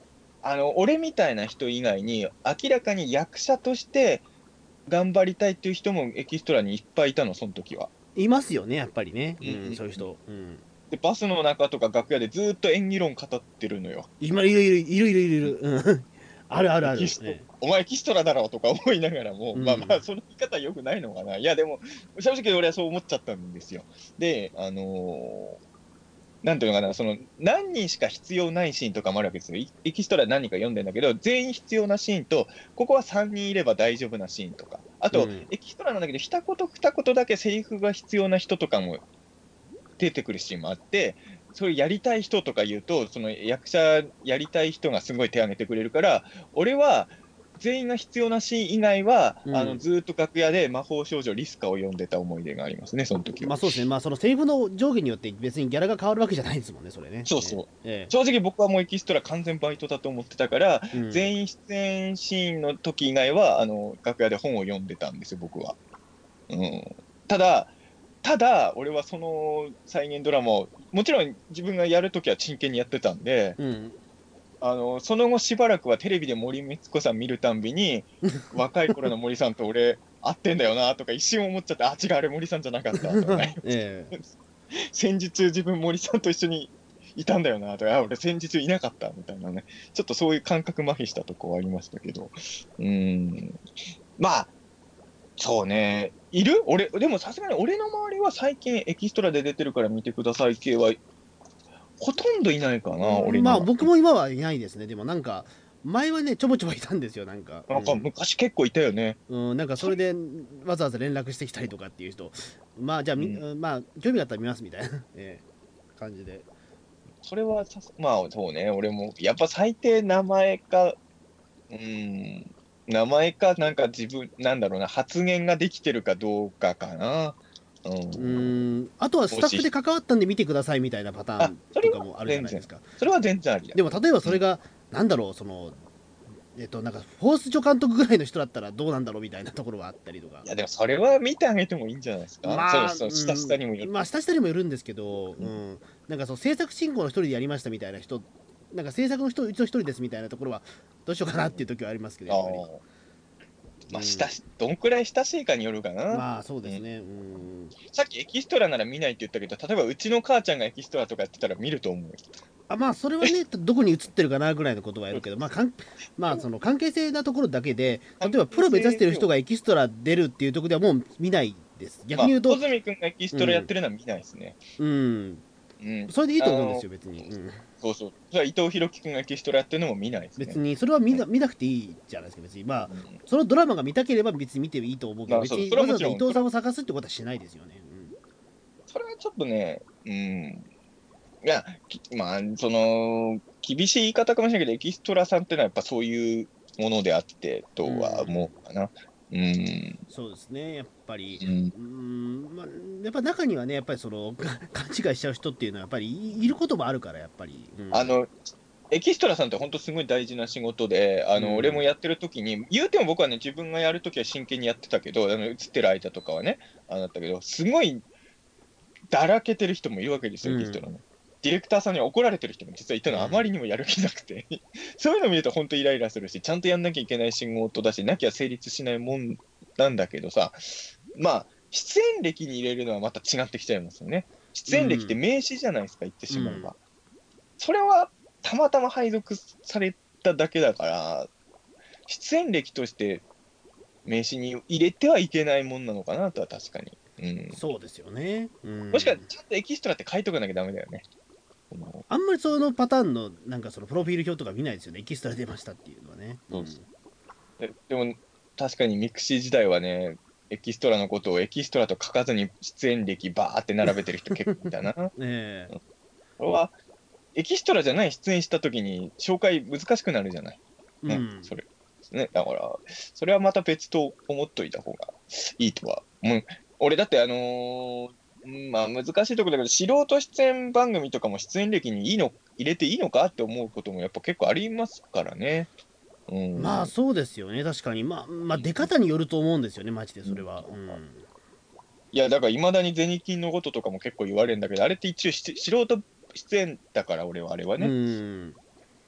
あの俺みたいな人以外に、明らかに役者として頑張りたいっていう人もエキストラにいっぱいいたの、その時は。 いますよね、やっぱりね。 うんうん、そういう人。うん。 で、バスの中とか楽屋でずーっと演技論語ってるのよ。 今、いるいる、いるいるいるいる。うん。あるあるある。 エキストねお前エキストラだろとか思いながらも、 うんまあまあ、その言い方良くないのかな。いや、でも、正直俺はそう思っちゃったんですよ。で、あのーなんていうのかな、その何人しか必要ないシーンとかもあるわけですよ。いエキストラ何人か読んでんだけど、全員必要なシーンと、ここはさんにんいれば大丈夫なシーンとか、あと、 うんエキストラなんだけど、一言二言だけセリフが必要な人とかも出てくるシーンもあって、それやりたい人とか言うと、その役者やりたい人がすごい手を挙げてくれるから、俺は全員が必要なシーン以外は、 うんあのずーっと楽屋で魔法少女リスカを読んでた思い出がありますね、その時は。 まあそうですね。まあそのセリフの上下によって別にギャラが変わるわけじゃないですもんね、それね。 そうそう。 ええ。 正直僕はもうエキストラ完全バイトだと思ってたから、 ええうん全員出演シーンの時以外は、あの楽屋で本を読んでたんですよ、僕は。うん、ただ、ただ、俺はその再現ドラマを、もちろん自分がやるときは真剣にやってたんで、 うん。 あのその後しばらくはテレビで森光子さん見るたんびに、若い頃の森さんと俺、会ってんだよなとか一瞬思っちゃって、あ、違う、あれ森さんじゃなかったとかねええ。 戦時中自分森さんと一緒にいたんだよなとか、あ、俺戦時中いなかったみたいなね、ちょっとそういう感覚麻痺したとこはありましたけど、うーん、まあ、そうね、いる俺、でもさすがに俺の周りは最近エキストラで出てるから見てください系は、ほとんどいないかな、俺には。 まあ僕も今はいないですね。でもなんか、前はね、ちょぼちょぼいたんですよ、なんか。 なんか昔結構いたよね。 うん、うんなんかそれでわざわざ連絡してきたりとかっていう人、まあじゃあ、みうまあ興味があったら見ますみたいな、ええ感じで。 それはさす、まあそうね、俺も、やっぱ最低名前か、うーん、名前か、なんか自分、なんだろうな、発言ができてるかどうかかな。うん。 うーん、あとはスタッフで関わったんで見てくださいみたいなパターンとかもあるじゃないですか。 それは全然ありだ。 でも例えばそれが、なんだろう、その、えっと、なんか、フォース助監督ぐらいの人だったらどうなんだろうみたいなところはあったりとか。 いや、でもそれは見てあげてもいいんじゃないですか。 まあ、 そうそう、下下にもよる。 うんまあ、下下にもよるんですけど、うん、なんかそう、制作進行の一人でやりましたみたいな人、なんか制作の人、うちの一人ですみたいなところは、どうしようかなっていう時はありますけど、やっぱり。 ああ。まあ、親し、どんくらい親しいかによるかな。 まあ、そうですね。うん。 さっきエキストラなら見ないって言ったけど、例えばうちの母ちゃんがエキストラとかやってたら見ると思うよ。 あまあ、それはね、どこに映ってるかなぐらいのことはやるけど、まあ、かんまあ、その関係性なところだけで、例えばプロ目指してる人がエキストラ出るっていうところではもう見ないです。逆に言うと、 まあ、小泉君がエキストラやってるのは見ないですね。 うん、 うん。 それでいいと思うんですよ、別に。うん、 そうそう。それは伊藤博樹君がエキストラやってるのも見ないですね。 別に、それは見な見なくていいじゃないですか、別に。まあ、 うんそのドラマが見たければ別に見ていいと思うけど、 まあそう別にそれはもちろんわざわざ伊藤さんを探すってことはしないですよね。 それはちょっとね、うん。いや、きまあ、その、厳しい言い方かもしれないけど、エキストラさんってのはやっぱそういうものであってとは思うかな。うん。 うん、そうですね、やっぱり。 うんうんまあ、やっぱ中にはね、やっぱりその勘違いしちゃう人っていうのはやっぱりいいることもあるから、やっぱり。うんあの、エキストラさんって本当すごい大事な仕事で、あの、 うん俺もやってる時に、言うても僕はね、自分がやる時は真剣にやってたけど、あの映ってる間とかはね、あれだったけど、すごいだらけてる人もいるわけですよ、 うんエキストラの。ディレクターさんに怒られてる人も実はいたの、 うんあまりにもやる気なくて、そういうの見ると本当イライラするし、ちゃんとやんなきゃいけない仕事だし、なきゃ成立しないもんなんだけどさ、まあ、出演歴に入れるのはまた違ってきちゃいますよね。出演歴って名詞じゃないですか、言ってしまえば。それはたまたま配属されただけだから、出演歴として名詞に入れてはいけないもんなのかなとは確かに。うん、 そうですよね。うんもしくはちゃんとエキストラって書いとかなきゃダメだよね。 あんまりそのパターンのなんかそのプロフィール表とか見ないですよね、エキストラ出ましたっていうのはね。 そうそうででも確かにミクシー時代はね、エキストラのことをエキストラと書かずに出演歴バーって並べてる人結構いたな。こうんねえれはエキストラじゃない出演した時に紹介難しくなるじゃない。 うね、 んそれね、だからそれはまた別と思っといた方がいいとは。もう俺だってあのーうんまあ難しいところだけど、素人出演番組とかも出演歴にいいの入れていいのかって思うこともやっぱ結構ありますからね。うん、 まあそうですよね、確かに。まあ、まあ、出方によると思うんですよね、マジでそれは。うんいやだからいまだに銭金のこととかも結構言われるんだけど、あれって一応し素人出演だから俺はあれはね。 うん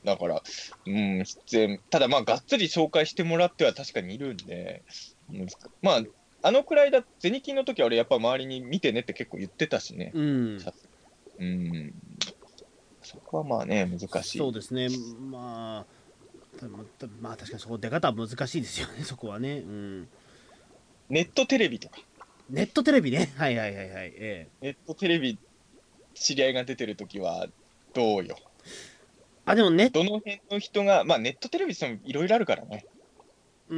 だから、うん、出演、ただまあ、がっつり紹介してもらっては確かにいるんで、難しまあ、あのくらいだ、ゼニキンの時は俺やっぱ周りに見てねって結構言ってたしね。 うん。 うん。そこはまあね、難しい。 そうですね。まあ、まあ確かにそこ出方は難しいですよね、そこはね。うん。 ネットテレビとか。 ネットテレビね。はいはいはいはい。ええ、ネットテレビ、知り合いが出てる時はどうよ。 あ、でもね、 どの辺の人が、まあネットテレビってもいろいろあるからね。 うん。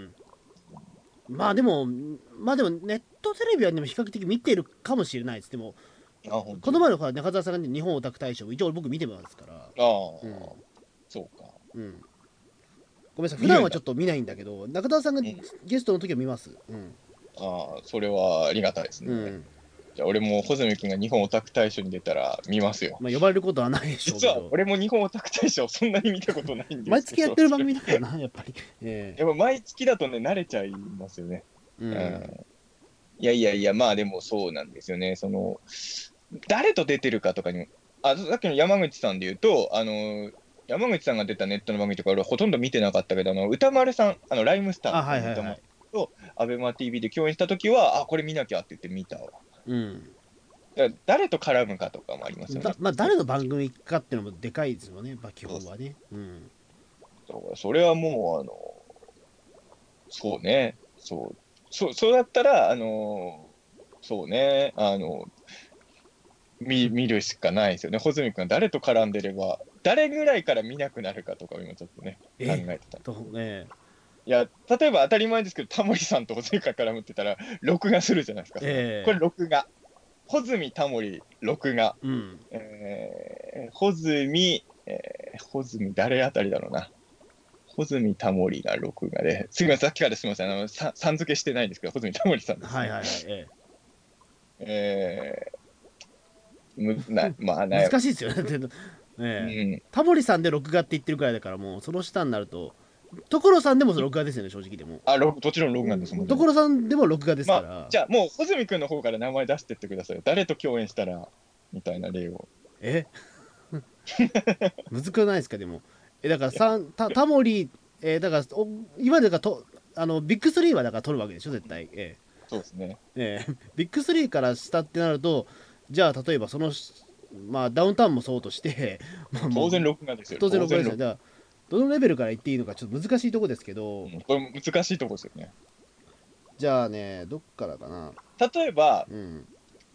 まあでも、まあでもネットテレビはでも比較的見てるかもしれないです。でも、 あこの前の中澤さんが日本オタク大賞、一応僕見てますから。ああ、 うん、 そうか。 うん。ごめんなさい、普段はちょっと見ないんだけど、中澤さんがゲストの時は見ます。うん。 ああ、それはありがたいですね。うん、じゃあ俺も穂積君が日本オタク大賞に出たら見ますよ。 まあ呼ばれることはないでしょうけど。 実は俺も日本オタク大賞そんなに見たことないんですけど。 毎月やってる番組だからな、やっぱり。えー、やっぱ毎月だとね、慣れちゃいますよね。うん。うん、いやいやいや、まあでもそうなんですよね。その、誰と出てるかとかにも、あ、さっきの山口さんで言うと、あの、山口さんが出たネットの番組とか俺はほとんど見てなかったけど、あの歌丸さん、あのライムスターの歌丸とアベマ ティービー で共演したときは、あ、これ見なきゃって言って見たわ。うん。だ誰と絡むかとかもありますよね。 まあ、誰の番組かっていうのもでかいですよね、まあ、基本はね。うん。 だからそれはもう、あの、そうね、そう、そうそうだったら、あの、そうね、あの、見見るしかないですよね。穂積君が誰と絡んでれば、誰ぐらいから見なくなるかとかを今ちょっとね、考えてた。とね、いや、例えば当たり前ですけど、タモリさんと穂積君が絡むって言ったら、録画するじゃないですか。えー、これ録画。穂積、タモリ、録画。うん、えー、穂積、えー、穂積、誰あたりだろうな。穂積、タモリが録画で、すみません、さっきからすみません、あのささん付けしてないんですけど、穂積、タモリさんです、ね。はいはいはい。えー、えーむなまあ、難しいですよね。ね、うん、タモリさんで録画って言ってるくらいだから、もうその下になると、所さんでも録画ですよね、正直でも。あ、もちろん録画ですもんね。所さんでも録画ですから。まあ、じゃあ、もう、穂積君の方から名前出してってくださいよ。誰と共演したら、みたいな例を。えむずくないですか、でも。え、だからさん、タモリ、えー、だから、おいわゆるだからとあのビッグスリーはだから取るわけでしょ、絶対。えー、そうですね。えー、ビッグスリーから下ってなると、じゃあ例えばその、まあ、ダウンタウンもそうとして、当然録画ですよ。当然録画ですよ。じゃあどのレベルから言っていいのかちょっと難しいとこですけど、うん、これ難しいとこですよね。じゃあね、どっからかな。例えば、うん、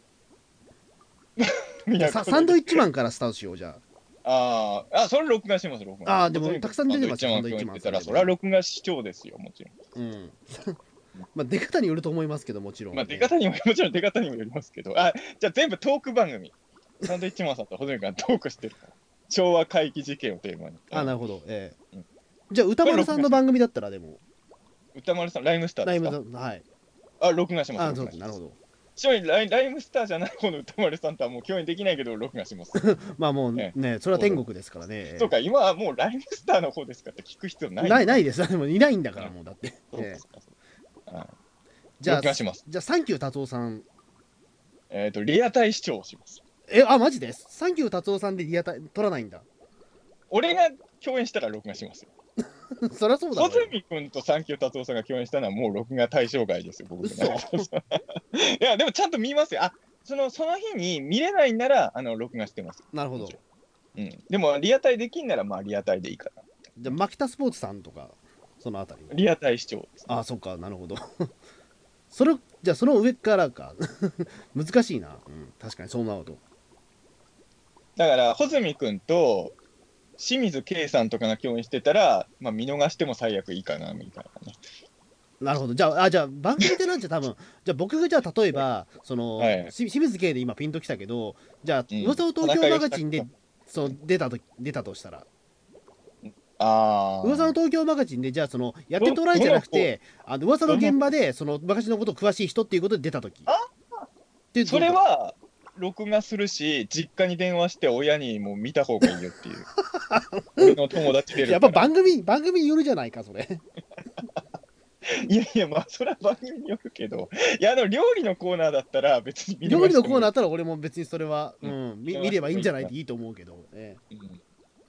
ササンドイッチマンからスタートしよう、じゃあ。ああ、それ録画します、録画。ああ、でもたくさん出てますよ、サンドイッチマン。それは録画視聴ですよ、もちろん。うん。まあ出方によると思いますけど、もちろん。まあ出方にも、もちろん出方にもよりますけど、あ、じゃあ全部トーク番組。サンドイッチマンさんとホゼミ君がトークしてるから。昭和回帰事件をテーマに。あ、なるほど。ええーうん、じゃあ歌丸さんの番組だったらでも。歌丸さん、ライムスターですか？ライム、はい。あ、録画します。あ、そうです。なるほど。ちなみにライライムスターじゃない方の歌丸さんとはもう共演できないけど、録画します。まあもうね、ね、それは天国ですからね。そうか、今はもうライムスターの方ですかって聞く必要ない。ない、ないです。でもいないんだから、もうだって。そうですか。じゃあ、じゃあ、サンキュー達夫さん。えっと、リアタイ視聴します。え、あ、マジです。サンキュー達夫さんでリアタイ取らないんだ。俺が共演したら録画しますよ。そりゃそうだ。穂積君とサンキュー達夫さんが共演したのはもう録画対象外ですよ、僕の中で。いや、でもちゃんと見ますよ。あ、その、その日に見れないんなら、あの、録画してます。なるほど。うん。でも、リアタイできんなら、まあ、リアタイでいいかな。じゃあ、マキタスポーツさんとか、そのあたり。リアタイ視聴です、ね。あ、そっか、なるほど。それ、じゃあ、その上からか。難しいな。うん、確かに、そうなると。だから、穂積君と、清水圭さんとかが共演してたら、まあ、見逃しても最悪いいかなみたいなね。なるほど。じゃあ、あじゃあ番組でなんじゃ多分じゃあ僕がじゃあ例えばその、はい、清水圭で今ピンときたけど、じゃあ、うん、噂の東京マガジンでそう出たと出たとしたら。あ噂の東京マガジンでじゃあそのやってトライじゃなくてあの噂の現場でそのマガジンのことを詳しい人っていうことで出たとき。それは録画するし、実家に電話して親にも見た方がいいよっていう。俺の友達出るから。やっぱ番組、番組によるじゃないか、それ。いやいや、まあ、それは番組によるけど。いや、あの、料理のコーナーだったら別に見ればいい。料理のコーナーだったら俺も別にそれは、うん、うん、見, 見ればいいんじゃないっていいと思うけど。ね、うん、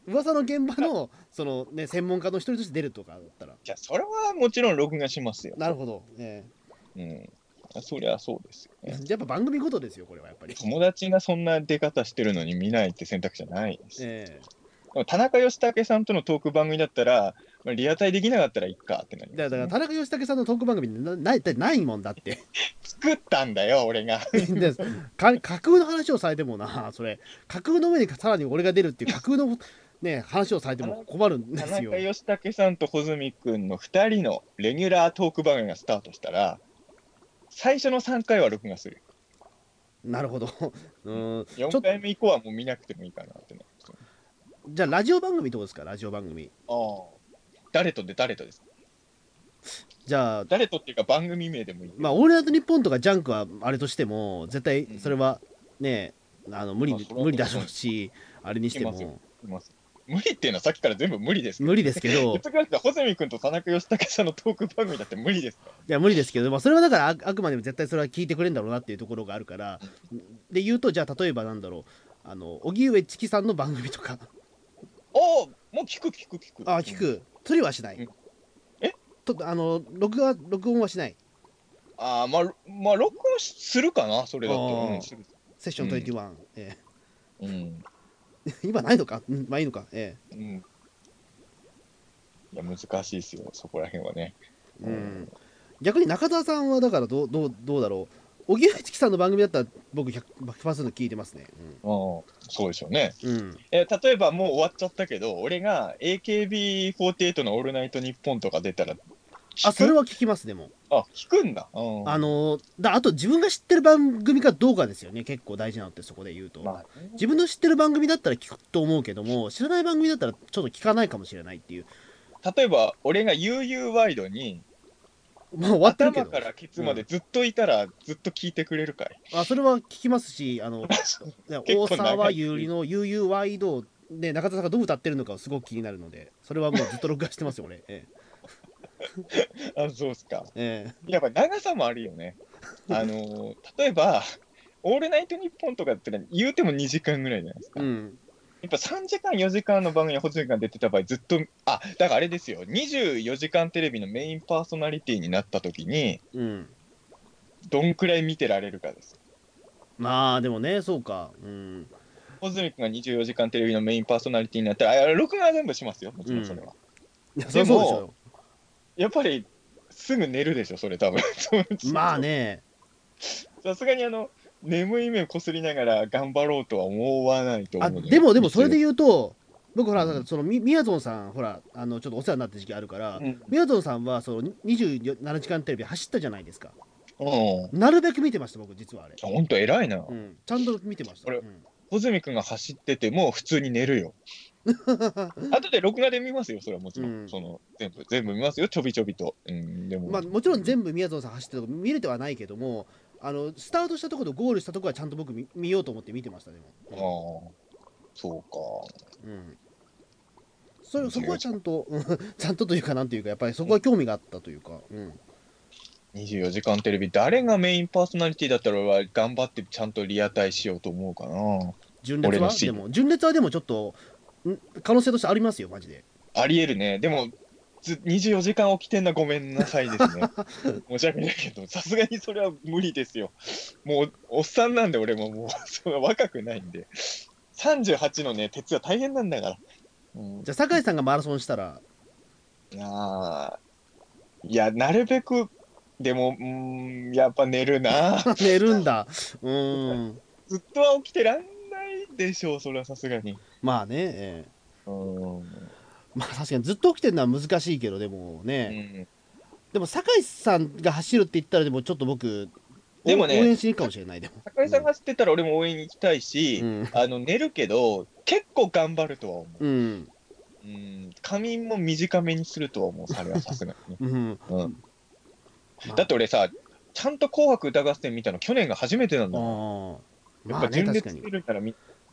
噂の現場のそのね専門家の一人として出るとかだったら、 じゃあ、それはもちろん録画しますよ。 なるほど、えうん。そりゃそうですよえね。 やっぱ番組ごとですよこれはやっぱり。 友達がそんな出方してるのに見ないって選択肢はないです。 えでも田中義武さんとのトーク番組だったら、まあ、リアタイできなかったらいいかってなりえます、ね。 だから田中義武さんのトーク番組なないないもんだって作ったんだよ、俺が。 でか架空の話をされてもな、それ架空の上にさらに俺が出るっていう架空のね話をされても困るんで田すよ。 中義武さんと穂積君のふたりのレギュラートーク番組がスタートしたら、最初のさんかいは録画する。 なるほど。うん。 よんかいめ以降はもう見なくてもいいかなってなる。 じゃあラジオ番組どうですか、ラジオ番組。 ああ。誰とで誰とですか。 じゃあ誰とっていうか番組名でもいい。 まあオールナイトニッポンとかジャンクはあれとしても絶対それはね、あの無理、 まあそれは無理だろうし、あれにしてもいますよいます無理っていうのはさっきから全部無理ですけど。 無理ですけど、 別に穂積君と田中義武さんのトーク番組だって無理ですか。 いや無理ですけど、まあ、それはだからああくまでも絶対それは聞いてくれるんだろうなっていうところがあるから、で言うとじゃあ例えばなんだろう、あの荻上チキさんの番組とか。 ああ、もう聞く聞く聞く。 あ聞く。釣りはしない。 うんえとあの録画録音はしない。 ああ、まあ、まあ、録音するかな、それだと。 あーうん、する。 セッションにじゅういち、えうん。 え今ないのか、うんまあいいのか、えうん。いや、難しいですよ、そこら辺はね。 えうん逆に中澤さんはだからどうどうどうだろう、荻上チキさんの番組だったら僕 ひゃくパーセント 聞いてますね。 うん、そうでしょうね。 うん、うんえ例えばもう終わっちゃったけど、俺が エーケービーフォーティーエイト のオールナイトニッポンとか出たら聞く、 あそれは聞きます。でもあ、聞くんだ。うん、 あのだあと自分が知ってる番組かどうかですよね、結構大事なのって。そこで言うと、 まあね、 自分の知ってる番組だったら聞くと思うけども、知らない番組だったらちょっと聞かないかもしれないっていう。 例えば俺が悠々ワイドにまあ終わってるけど、 頭からケツまでずっといたらずっと聞いてくれるかい。 あそれは聞きますし、あのね大結構長い沢優里の悠々ワイドで中田さんがどう歌ってるのかすごく気になるので、それはもうずっと録画してますよ俺。えあ、そうっすか。 ええやっぱ長さもあるよね。あのー例えば、オールナイトニッポンとかって言うてもにじかんぐらいじゃないですか。 えうんやっぱさんじかん、よじかんの番組に穂積が出てた場合、ずっと、あ、だからあれですよ、にじゅうよじかんテレビのメインパーソナリティになった時に、 うんどんくらい見てられるかです。 まあでもね、そうか。うん。 穂積君がにじゅうよじかんテレビのメインパーソナリティになったら、あ録画は全部しますよ、もちろんそれは。 いや、そりゃそうでしょうやっぱり、すぐ寝るでしょ、それ多分。 よ。まあね。 さすがにあの、眠い目をこすりながら頑張ろうとは思わないと思あ、 うので。 でもでもそれで言うと、僕ほら、そのみみやぞんさん、ほら、あのちょっとお世話になった時期あるから、 うんみやぞんさんはそのにじゅうななじかんテレビ走ったじゃないですか。 うん。 なるべく見てました、僕、実はあれ。 ほんと偉いな。 うん、ちゃんと見てました。 俺うん穂積君が走ってても普通に寝るよ。後で録画で見ますよ、それはもちろん。 うんその全部、全部見ますよ、ちょびちょびと。うん、でも。 まあ、もちろん全部みやぞんさん走ってるとこ見れてはないけども、あのスタートしたところとゴールしたところはちゃんと僕見見ようと思って見てました、でも。 ああ、そうか。 うんそれそこはちゃんと、うんちゃんとというか、なんていうか、やっぱりそこは興味があったというか、うん、 にじゅうよじかんテレビ、誰がメインパーソナリティだったら俺は頑張ってちゃんとリアタイしようと思うかな。 純烈俺のシーンはでも、純烈はでもちょっと、ん可能性としてありますよ、マジで。 ありえるね。でも、ずにじゅうよじかん起きてんな、ごめんなさいですね。申し訳ないけど、さすがにそれは無理ですよ。もう、おっさんなんで、俺ももう、そんな若くないんで。さんじゅうはちのね、鉄は大変なんだから。うん、 じゃあ、酒井さんがマラソンしたら、 いやーいや、なるべく、でも、うーん、やっぱ寝るな。 寝るんだ。うーん。 ずっとは起きてらんないでしょう、それはさすがに。 まあね、ええうーん。 まあ確かにずっと起きてるのは難しいけど、でもうね、 ん、 でも酒井さんが走るって言ったら、でもちょっと僕、おでもね応援しに行くかもしれない、でも。 高井さんが知ってたら俺も応援に行きたいし、 うんあの寝るけど、結構頑張るとは思う。 うん。 うん、仮眠も短めにするとは思う、それはさすがにね。 うん。 うん、 まあだって俺さ、ちゃんと紅白歌合戦見たの去年が初めてなんだから。 ああ。 やっまあね、 ぱ純烈確かに。 見るならみ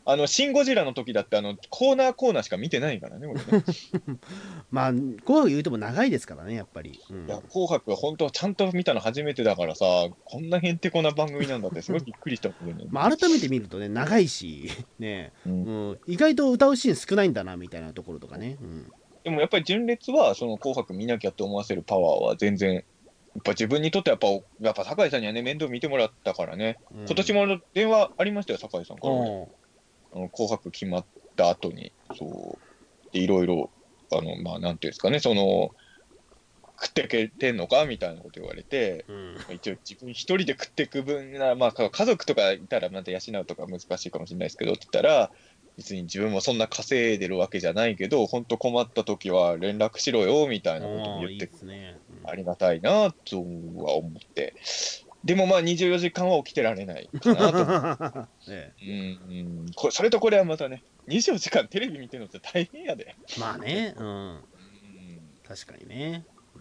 あの、シン・ゴジラの時だって、あの、コーナーコーナーしか見てないからね、俺ね。 まあ紅白言うても長いですからねやっぱり、うん、 いや、紅白は本当ちゃんと見たの初めてだからさ、こんなへんてこな番組なんだってすごいびっくりしたもんね。 まあ改めて見るとね長いしね、 うんうん、意外と歌うシーン少ないんだなみたいなところとかね、うん、 でもやっぱり純烈は、その紅白見なきゃって思わせるパワーは全然、やっぱ自分にとってやっぱ、やっぱ酒井さんにはね、面倒見てもらったからね、 うん、 今年も電話ありましたよ、酒井さんから、 うんあの紅白決まった後に、そう、でいろいろ、あの、まあ、なんていうんですかね、その、食っていけてんのかみたいなこと言われて、 うん、 一応自分一人で食っていく分なら、まあ、か家族とかいたらまた養うとか難しいかもしれないですけどって言ったら、別に自分もそんな稼いでるわけじゃないけど、本当困った時は連絡しろよみたいなこともおーいい言ってですね、うんありがたいなとは思って。でもまあにじゅうよじかんは起きてられないかなと思う。 ええ、 うんうんこそれとこれはまたね、にじゅうよじかんテレビ見てるのって大変やで。 まあね、うん、 うん確かにね、うん、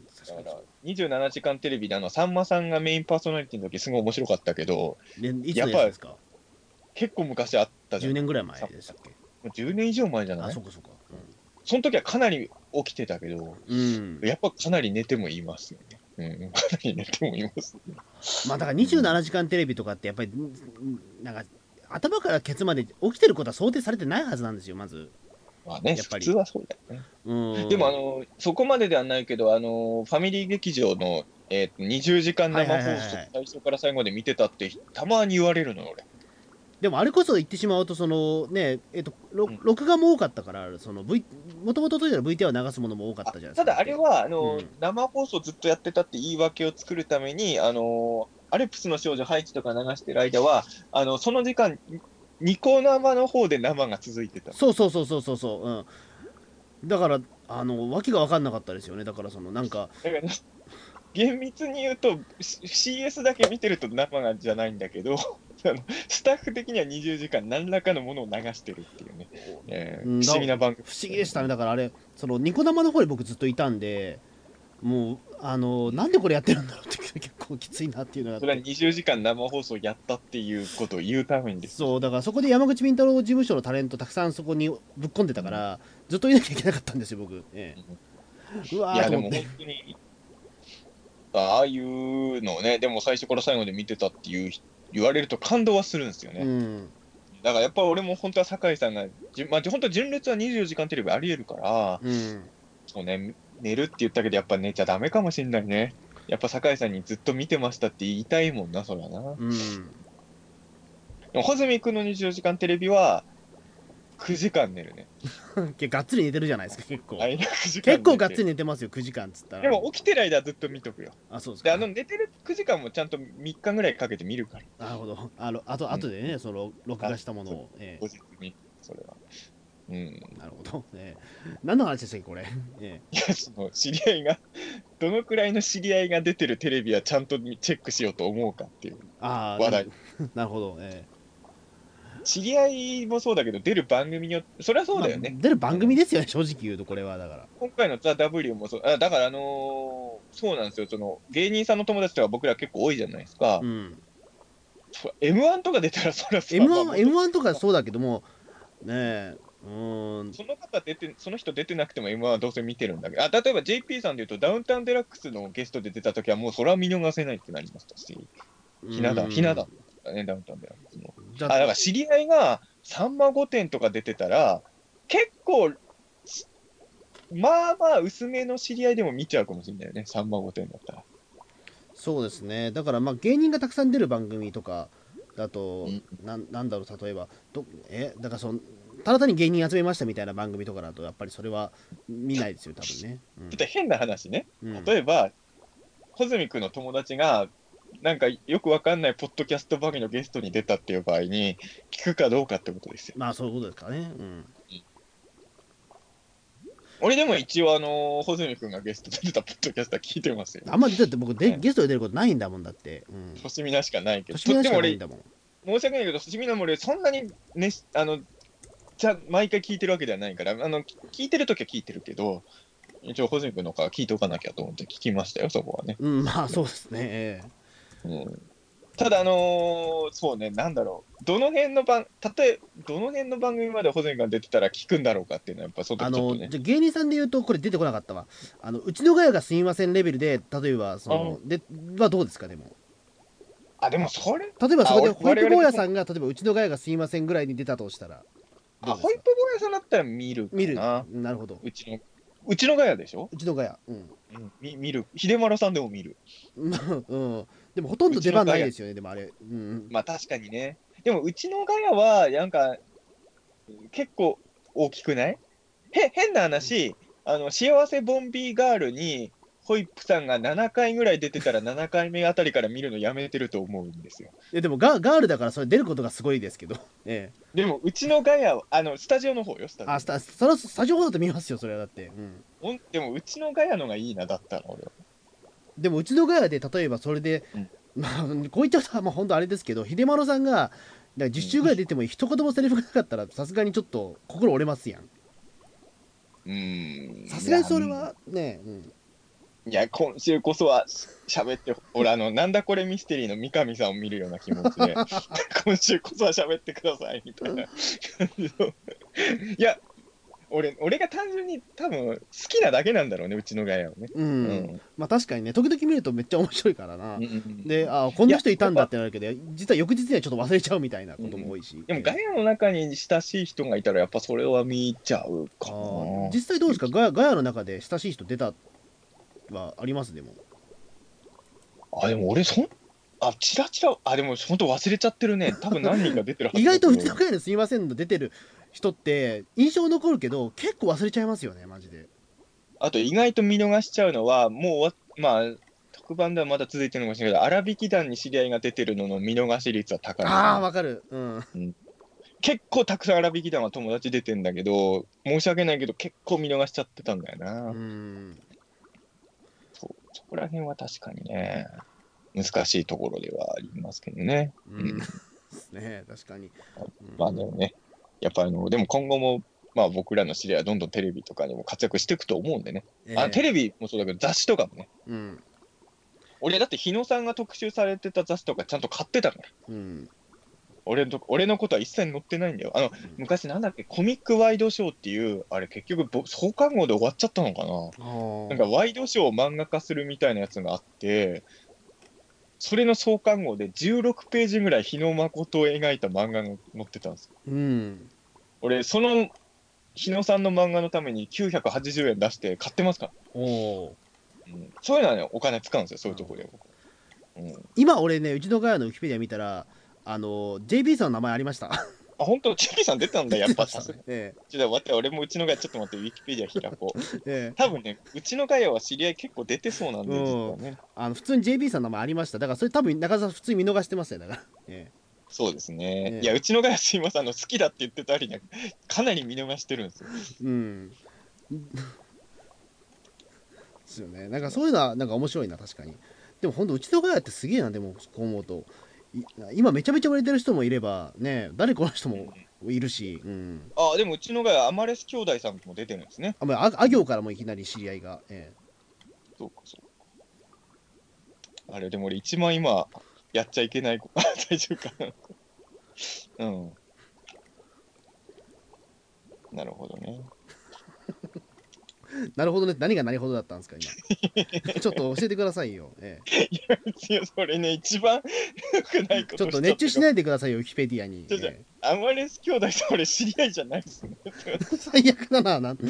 確かにだからにじゅうななじかんテレビであのさんまさんがメインパーソナリティの時すごい面白かったけど、 でいつのやつですか？ 結構昔あったじ 10 ゃん。 年ぐらい前でしたっけ？ もうじゅうねん以上前じゃなあ、 いそうかそうか、 その時はかなり起きてたけど、 うん、うん、 やっぱかなり寝てもいますよね。うん、かなり寝てもいます、ね。 まあだからにじゅうななじかんテレビとかってやっぱりんなんか頭からケツまで起きてることは想定されてないはずなんですよまず、 まあね、 やっぱり普通はそうだよね。 うん、 でもあの、そこまでではないけど、あの、ファミリー劇場の、えーとにじゅうじかん生放送、 はいはいはいはい最初から最後まで見てたって、たまに言われるのよ、俺。 でもあれこそ言ってしまうとそのねえっとろうん録画も多かったからその V もともとといたら ブイティーアール を流すものも多かったじゃないですか。 ただあれはあの、 うん生放送ずっとやってたって言い訳を作るために、あのアルプスの少女ハイチとか流してる間は、あのその時間、ニコ生の方で生が続いてた。 そうそうそうそうそうそう、うん、だからあの訳が分かんなかったですよね。だからそのなんかだから、厳密に言うと、シーエス だけ見てると生がじゃないんだけど、あのスタッフ的にはにじゅうじかん何らかのものを流してるっていうね、えーうん不思議な番組。 不思議でしたね。だからあれそのニコ生の方に僕ずっといたんで、もうあのなんでこれやってるんだろうって結構きついなっていうのがあっそれはて、 にじゅうじかん生放送やったっていうことを言うためにです。 そうだからそこで山口敏太郎事務所のタレントたくさんそこにぶっ込んでたから、ずっといなきゃいけなかったんですよ僕、ええ、うわいや、でもーと思って本当に、ああいうのをね、でも最初から最後まで見てたっていう言われると感動はするんですよね。 うんだからやっぱ俺も本当は酒井さんが、じゅまあ、本当は純烈はにじゅうよじかんテレビありえるから、 うんそうね、寝るって言ったけど、やっぱ寝ちゃダメかもしんないね。やっぱ酒井さんにずっと見てましたって言いたいもんな、それはな。 うんでも、穂積君のにじゅうよじかんテレビは、くじかん寝るね。 結構がっつり寝てるじゃないですか結構、 間くじかん寝て結構がっつり寝てますよくじかんっつったら。 でも起きてる間はずっと見とくよ。で、 あそうですか。 あの寝てるくじかんもちゃんとみっかぐらいかけて見るから。 なるほど。あのあとあとでね、その録画したものを、え後日に、それは。うん。 えなるほど、ええ何の話でしたっけこれ、えいや、その知り合いが、どのくらいの知り合いが出てるテレビはちゃんとチェックしようと思うかっていうえああ話題。 なるほど、え知り合いもそうだけど、出る番組によって、それはえそうだよね。 まあ出る番組ですよね正直言うとこれはだから。 今回のザ・ W もそう、あだからあのーそうなんですよ、その芸人さんの友達とか僕ら結構多いじゃないですか。 うんエムワン とか出たらそりゃさエムワン、 まあもうエムワン とかそうだけどもねえうーんその方出て、その人出てなくても エムワン はどうせ見てるんだけど、あ例えば ジェイピー さんで言うと、ダウンタウンデラックスのゲストで出た時は、もうそれは見逃せないってなりましたし、ひな壇、ひな壇だね、ダウンタウンデラックスの。 じゃあ、だから知り合いがさんま御殿とか出てたら、結構、まあまあ薄めの知り合いでも見ちゃうかもしれないよね、さんま御殿だったら。 そうですね。だからまあ芸人がたくさん出る番組とかだと、 うんなんなんだろう例えばどえだからそのただ単に芸人集めましたみたいな番組とかだとやっぱりそれは見ないですよ多分ね。うんちょっと変な話ね。 うん例えば、穂積君の友達が、なんかよくわかんないポッドキャスト番組のゲストに出たっていう場合に、聞くかどうかってことですよ。 まあそういうことですかね。うん俺でも一応、あのー、穂積君がゲストで出たポッドキャストは聞いてますよ。 あんまりだって僕で、 ねゲストで出ることないんだもんだって。うん。 星見なしかないけど、 年目しでも俺かないん、だもん。 申し訳ないけど、星見なも俺、そんなにね、あの、じゃ毎回聞いてるわけではないから、あの、聞いてるときは聞いてるけど、一応、穂積君のから聞いておかなきゃと思って聞きましたよ、そこはね。 うんまあそうですね。えうんただ、あのーそうね、なんだろう、どの辺の番、例え、どの辺の番組まで穂積が出てたら聞くんだろうかっていうのは、やっぱそのあの時ちょっとね。 じゃあ芸人さんで言うとこれ出てこなかったわ。あのうちのガヤがすみませんレベルで例えばそのではどうですか。でもあ、でもそれ、 例えばそこであホイップ我々 坊やさんが例えばうちのガヤがすみませんぐらいに出たとしたらどあ、 うですか。 ホイップ坊やさんだったら見るか見る。 な。 なるほど。 うちの、うちのガヤでしょ。 うちのガヤ。うん。 うん、み見る。秀丸さんでも見る。 うん。でもほとんど出番ないですよね。でもあれ。うん。 まあ確かにね。でもうちのガヤは、なんか、結構大きくない？へ、変な話、あの、幸せボンビーガールに、ホイップさんがななかいぐらい出てたらななかいめあたりから見るのやめてると思うんですよ。 いやでもガガールだからそれ出ることがすごいですけど。ええ。 でも、うちのガヤは、あの、スタジオの方よ、スタジオ。 あスタそのスタジオほどと見ますよそれはだって。うん。 ほんでも、うちのガヤのがいいな、だったら俺は。 でもうちのガヤで例えばそれで、 うんまあこう言っちゃうとまあ本当あれですけど秀丸さんがだからじゅっ週ぐらい出ても一言もセリフがなかったらさすがにちょっと心折れますやん。 うーん。 さすがにそれはね、うん、 いや、今週こそはしゃべって、俺、あの、なんだこれミステリーの三上さんを見るような気持ちで、今週こそはしゃべってください、みたいな感じの。いや、俺、俺が単純に多分好きなだけなんだろうね、うちのガヤをね。 うんうんまあ確かにね時々見るとめっちゃ面白いからな。 うんうんであこんな人いたんだってなるけど実は翌日にはちょっと忘れちゃうみたいなことも多いし、 でも、ガヤの中に親しい人がいたら、やっぱそれは見ちゃうかあーな。 実際どうですかガヤガヤの中で親しい人出たはありますでも。 あ、でも俺、そん、あ、チラチラ、あ、でも本当忘れちゃってるね。多分何人か出てるはず意だけど。 外とうちのガヤですいませんの出てる人って印象残るけど結構忘れちゃいますよねマジで。 あと意外と見逃しちゃうのは、もうわ、まあ、特番ではまだ続いてるのかもしれないけど、荒引き団に知り合いが出てるのの見逃し率は高いですね、 ああわかる。うん結構たくさん荒引き団は友達出てんだけど、申し訳ないけど、結構見逃しちゃってたんだよな。 うんそうそこら辺は確かにね、難しいところではありますけどね。 うんですね確かに。 まあでもね、やっぱあの、でも今後も、まあ僕らの知り合いはどんどんテレビとかでも活躍していくと思うんでね。 えーあテレビもそうだけど、雑誌とかもね。 うん俺だって日野さんが特集されてた雑誌とかちゃんと買ってたから。 うん俺のと俺のことは一切載ってないんだよ。あの、昔なんだっけ、コミックワイドショーっていう、あれ結局ぼ創刊号で終わっちゃったのかな。 あなんかワイドショーを漫画化するみたいなやつがあって、それの創刊号でじゅうろくページぐらい日野誠を描いた漫画が載ってたんですよ。 うん俺、その日野さんの漫画のためにきゅうひゃくはちじゅうえん出して買ってますから。 おおうん、そういうのはね、お金使うんですよ、そういうところで。うん、 今俺ねうちのガヤのウィキペディア見たらあの ジェイビー さんの名前ありました。 あ、本当、チキさん出たんだ、やっぱさすが。 えちょっと待って、俺もうちのガヤ、ちょっと待って、ウィキペディア開こう。 えええ多分ね、うちのガヤは知り合い結構出てそうなんで、 うん実はね。 あの普通に ジェイビー さんの名前ありました。だからそれ多分中澤さん普通に見逃してますよだから。えそうですね。 ねいや、うちのガヤすいません、あの、好きだって言ってたりね、かなり見逃してるんですよ。 えうんですよね。なんかそういうのはなんか面白いな確かに。でも本当うちのガヤってすげえな。でもこう思うとい今めちゃめちゃ売れてる人もいればね誰この人もいるし、うん、 あ、でもうちのガヤ、アマレス兄弟さんも出てるんですね。 あまあああ行からもいきなり知り合いが、えそうか、そうか。あれ、でも俺一番今、やっちゃいけない、あ大丈夫かな。うん。なるほどね。 えなるほどね。何がなるほどだったんですか今。ちょっと教えてくださいよ。ええいや、うちはそれね、一番良くないことちょっと熱中しい。 ないでくださいよウィキペディアに。 ちょちょえアマレス兄弟と俺知り合いじゃないですね。 え最悪だななん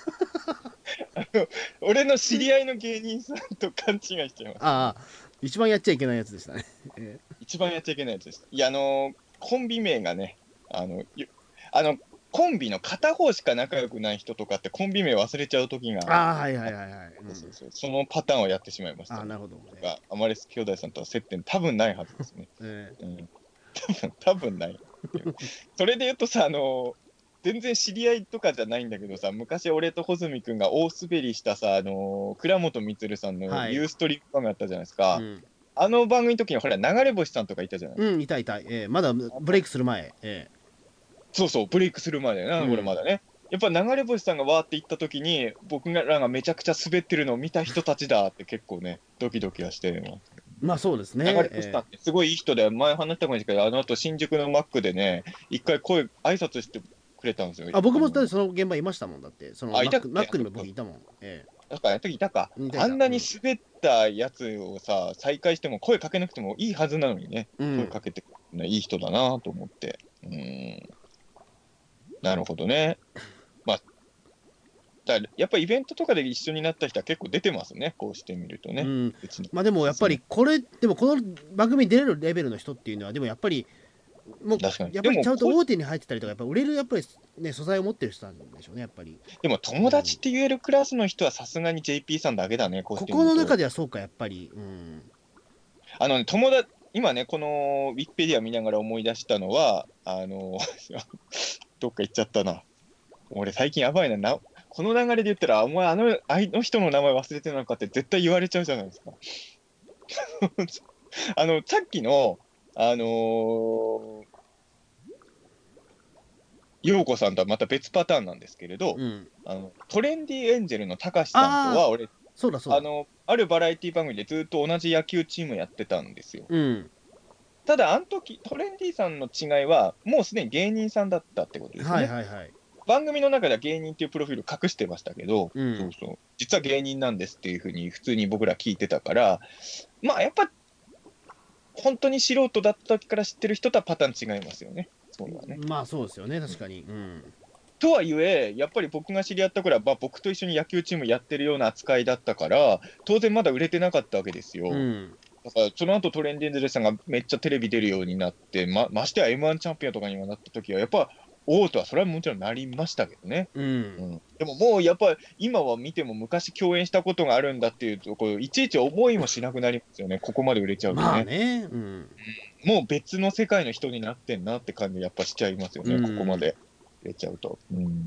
俺の知り合いの芸人さんと勘違いしちゃいます。 ああ一番やっちゃいけないやつでしたね。え一番やっちゃいけないやつです。いや、あのーコンビ名がね、あの、ゆあの、コンビの片方しか仲良くない人とかってコンビ名忘れちゃう時えが、 ああはいはいはいはい。うんそうそうそのパターンをやってしまいました、 ああなるほど。 がアマレス兄弟さんとは接点多分ないはずですね。 ええうん、多分多分ない。それで言うとさ、あの全然知り合いとかじゃないんだけどさ、昔俺と穂積君が大滑りしたさ、あの倉本充さんのはいユーストリーム番組あったじゃないですか。 うんあの番組の時にほら、流れ星さんとかいたじゃない。 うん、痛い痛い。ええまだブレイクする前。えそうそう、ブレイクするまでな、 うんこれまだね。やっぱ流れ星さんがわーって行った時に、僕らがめちゃくちゃ滑ってるのを見た人たちだって結構ね、ドキドキはしてるの。 まあそうですね。 流れてたんですごいいい人で、前話したかもしれないけど、あの後新宿のマックでね、一回声、挨拶してくれたんですよ。 あ、僕もだってその現場いましたもん。だって、そのマあいたっけックマックにも僕いたもん。えだから、あの時いたかいたいたあんなに滑ったやつをさ、再会しても声かけなくてもいいはずなのにね、 うん声かけてくるのいい人だなと思って。うーん。なるほどね。まあ、だやっぱりイベントとかで一緒になった人は結構出てますね、こうしてみるとね。 うん、 別にまあでもやっぱりこれ、でもこの番組に出れるレベルの人っていうのは、でもやっぱり、もう確かにやっぱりちゃんとでも大手に入ってたりとか、やっぱ売れるやっぱりね、素材を持ってる人なんでしょうね、やっぱり。 でも友達って言えるクラスの人はさすがに ジェイピー さんだけだね、こうしこてみると。 この中ではそうか、やっぱり。うん、 あのね、友達、今ね、このウィキペディア見ながら思い出したのは、あの、どっか行っちゃったな。俺最近やばいな、なこの流れで言ったら、お前あの、あの人の名前忘れてるのかって絶対言われちゃうじゃないですか。あの、さっきの、あのー、陽子さんとはまた別パターンなんですけれど、 うん、 あのトレンディエンジェルのたかしさんとは、俺、 そうだそうだ。 あの、あるバラエティ番組でずっと同じ野球チームやってたんですよ。 うん、 ただ、あの時トレンディさんの違いは、もうすでに芸人さんだったってことですね。 はいはいはい。 番組の中では芸人っていうプロフィール隠してましたけど、 うんそうそう、実は芸人なんですっていうふうに普通に僕ら聞いてたから、まあやっぱ、本当に素人だった時から知ってる人とはパターン違いますよね。そうだね。 まあそうですよね、確かに。うん、 とはいえ、やっぱり僕が知り合った頃は、まあ、僕と一緒に野球チームやってるような扱いだったから、当然まだ売れてなかったわけですよ。 うんだからその後トレンディエンジェルさんがめっちゃテレビ出るようになって、まましてや エムワン チャンピオンとかにもなった時は、やっぱ、おおとはそれはもちろんなりましたけどね。 ううんん、でももうやっぱり今は見ても昔共演したことがあるんだっていうところいちいち思いもしなくなりますよね、ここまで売れちゃうとね。 まあね、うん、 もう別の世界の人になってんなって感じやっぱしちゃいますよね、 うんここまで売れちゃうと。うん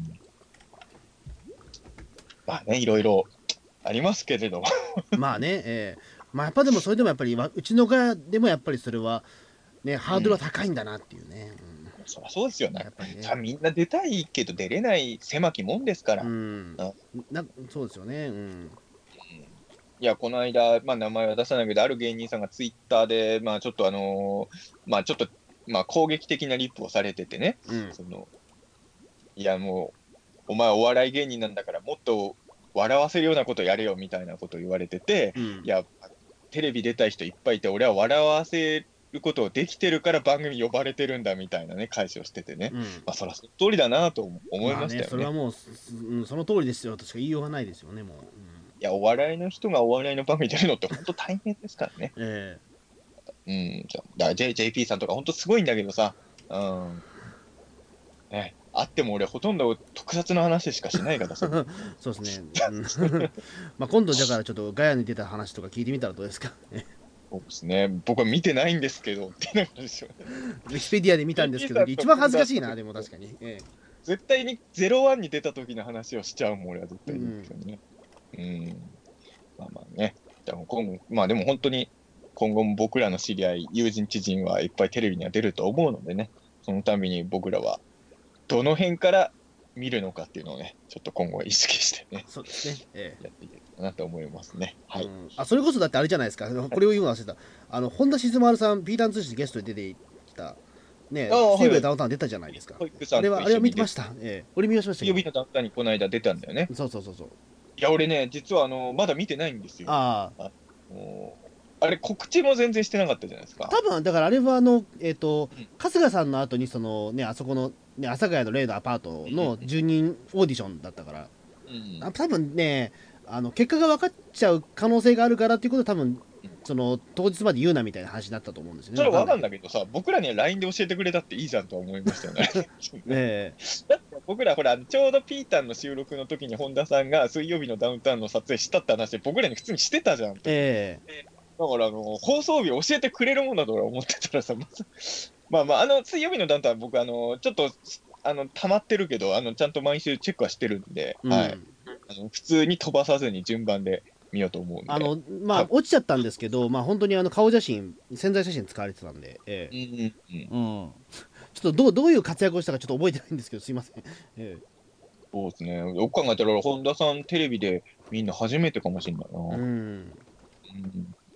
まあね、いろいろありますけれども。 まあね、ええまあやっぱでもそれでもやっぱりわうちの側でもやっぱりそれはね、ハードルは高いんだなっていうね。 そりゃそうですようん、やね。 っぱりね。 さあみんな出たいけど出れない狭きもんですから。 ううんん、なそうですよね。うん、 いや、この間、まあ、名前は出さないけど、ある芸人さんがツイッターで、まあ、ちょっとあのーまあ、ちょっと、まあ、攻撃的なリップをされててね、 うん、 その、いや、もう、お前お笑い芸人なんだから、もっと笑わせるようなことやれよみたいなことを言われてて、 うん、 いや、テレビ出たい人いっぱいいて、俺は笑わせることをできてるから番組呼ばれてるんだみたいなね、返しをしててね、 うん、 まあ、そりゃその通りだなと思いましたよね。 あね、それはもう、すうん、その通りですよとしか言いようがないですよね、もう。うん、 いや、お笑いの人がお笑いの番組出るのって本当大変ですからね。 えうん、じゃだから J- ジェイピー さんとか本当すごいんだけどさ、うん。ね、あっても俺ほとんど特撮の話しかしないからさ。 えそうですね。うんまあ今度だからちょっとガヤに出た話とか聞いてみたらどうですか。 そうですね。僕は見てないんですけど、ってなるでしょうね。 ウィキペディアで見たんですけど、一番恥ずかしいな、でも確かに。え絶対にゼロワンに出た時の話をしちゃうもん、俺は絶対にですよね。うん。まあまあね。でも今後、まあでも本当に今後も僕らの知り合い、友人知人はいっぱいテレビには出ると思うのでね、そのために僕らはどの辺から見るのかっていうのをね、ちょっと今後は意識してね、 そうですね。えやっていけるかなと思いますね。はい。 えうんあそれこそだってあれじゃないですか、これを言うの忘れた。あの本田静丸さん、ピーターン通信でゲストで出てきた、ね、 ああ水曜日はいのダウンタウン出たじゃないですか。 保育さあれは、 んと一緒にあれは見てました。ええ俺見ました水曜日けのダウンタウンにこの間出たんだよね。 ど。そうそうそうそう。 いや、俺ね、実はあの、まだ見てないんですよ。 ああ、 もうあれ、告知も全然してなかったじゃないですか。 多分だからあれはあの、えっ、とうん、 春日さんの後にそのね、あそこの、ね、阿佐ヶ谷の例のアパートの住人オーディションだったから、 うんあ多分ね、あの結果が分かっちゃう可能性があるからっていうことで、多分その当日まで言うなみたいな話になったと思うんですよね。 それはわかんだだけどさ、僕らには ライン で教えてくれたっていいじゃんとは思いましたよね。 えだって僕ら、ほら、ちょうどピータンの収録の時に本田さんが水曜日のダウンタウンの撮影したって話で、僕らに普通にしてたじゃん。だかええら、あの、放送日教えてくれるもんだと俺は思ってたらさ、まずまあまあ、あの、水曜日のダウンタウンは僕、あの、ちょっと、あの、溜まってるけど、あの、ちゃんと毎週チェックはしてるんで、 うんはい。あの普通に飛ばさずに順番で見ようと思うんで。 あのまあ落ちちゃったんですけど、まあ本当にあの顔写真、潜在写真使われてたんで、えうんえうんうん。 うん、ちょっとどうどういう活躍をしたかちょっと覚えてないんですけど、すいません。えそうですね。よく考えたら、本田さんテレビでみんな初めてかもしれないな。 えうんうん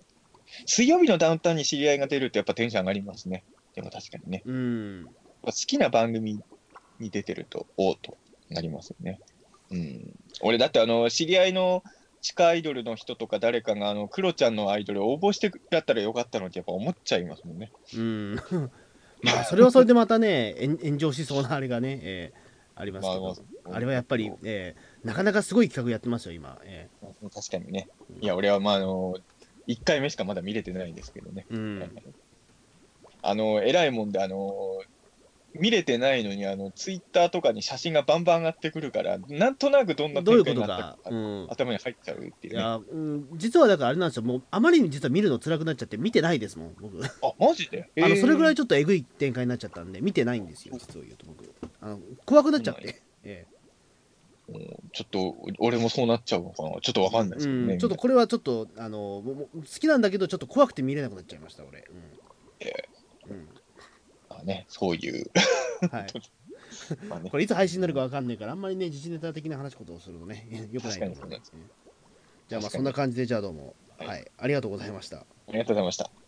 水曜日のダウンタウンに知り合いが出るとやっぱテンション上がりますね。でも確かにね。 うん。 好きな番組に出てると、おーとなりますよね。うん。俺だってあの、知り合いの地下アイドルの人とか誰かがあの、クロちゃんのアイドル応募してやったらよかったのってやっぱ思っちゃいますもんね。 うん。まあ、それはそれでまたね、炎炎上しそうなあれがね、えーありますけど、 まあまああれはやっぱり、えーなかなかすごい企画やってますよ、今。え確かにね。いや、俺はまああの、いっかいめしかまだ見れてないんですけどね。 ーうん。 あの、偉いもんで、あの、見れてないのに、あの、ツイッターとかに写真がバンバン上がってくるから、なんとなくどんなどういう展開になったことか。 か、 うん。 頭に入っちゃうっていうね。 いや、うん、実はだからあれなんですよ、もうあまりに実は見るの辛くなっちゃって見てないですもん、僕。 あ、マジであのそれぐらいちちょっとえぐい展開になっちゃったんで、見てないんですよ、実を言うと僕。あの怖くなっちゃって。えょっと、俺もそうなっちゃうのかな。ちょっとわかんないでえうすけどね。 ん、ちょっとこれはちょっとあのもも好きなんだけど、ちょっと怖くて見れなくなっちゃいました、俺。うんうんあね、そういう。 はい、 まあねこれいつ配信になるかわかんないから、あんまりね、時事ネタ的な話ことをするとね、よくないと思うね。 確かにそうじゃあまあ確かにそんな感じで、じゃあどうも、 はいはい、ありがとうございました。 ありがとうございました。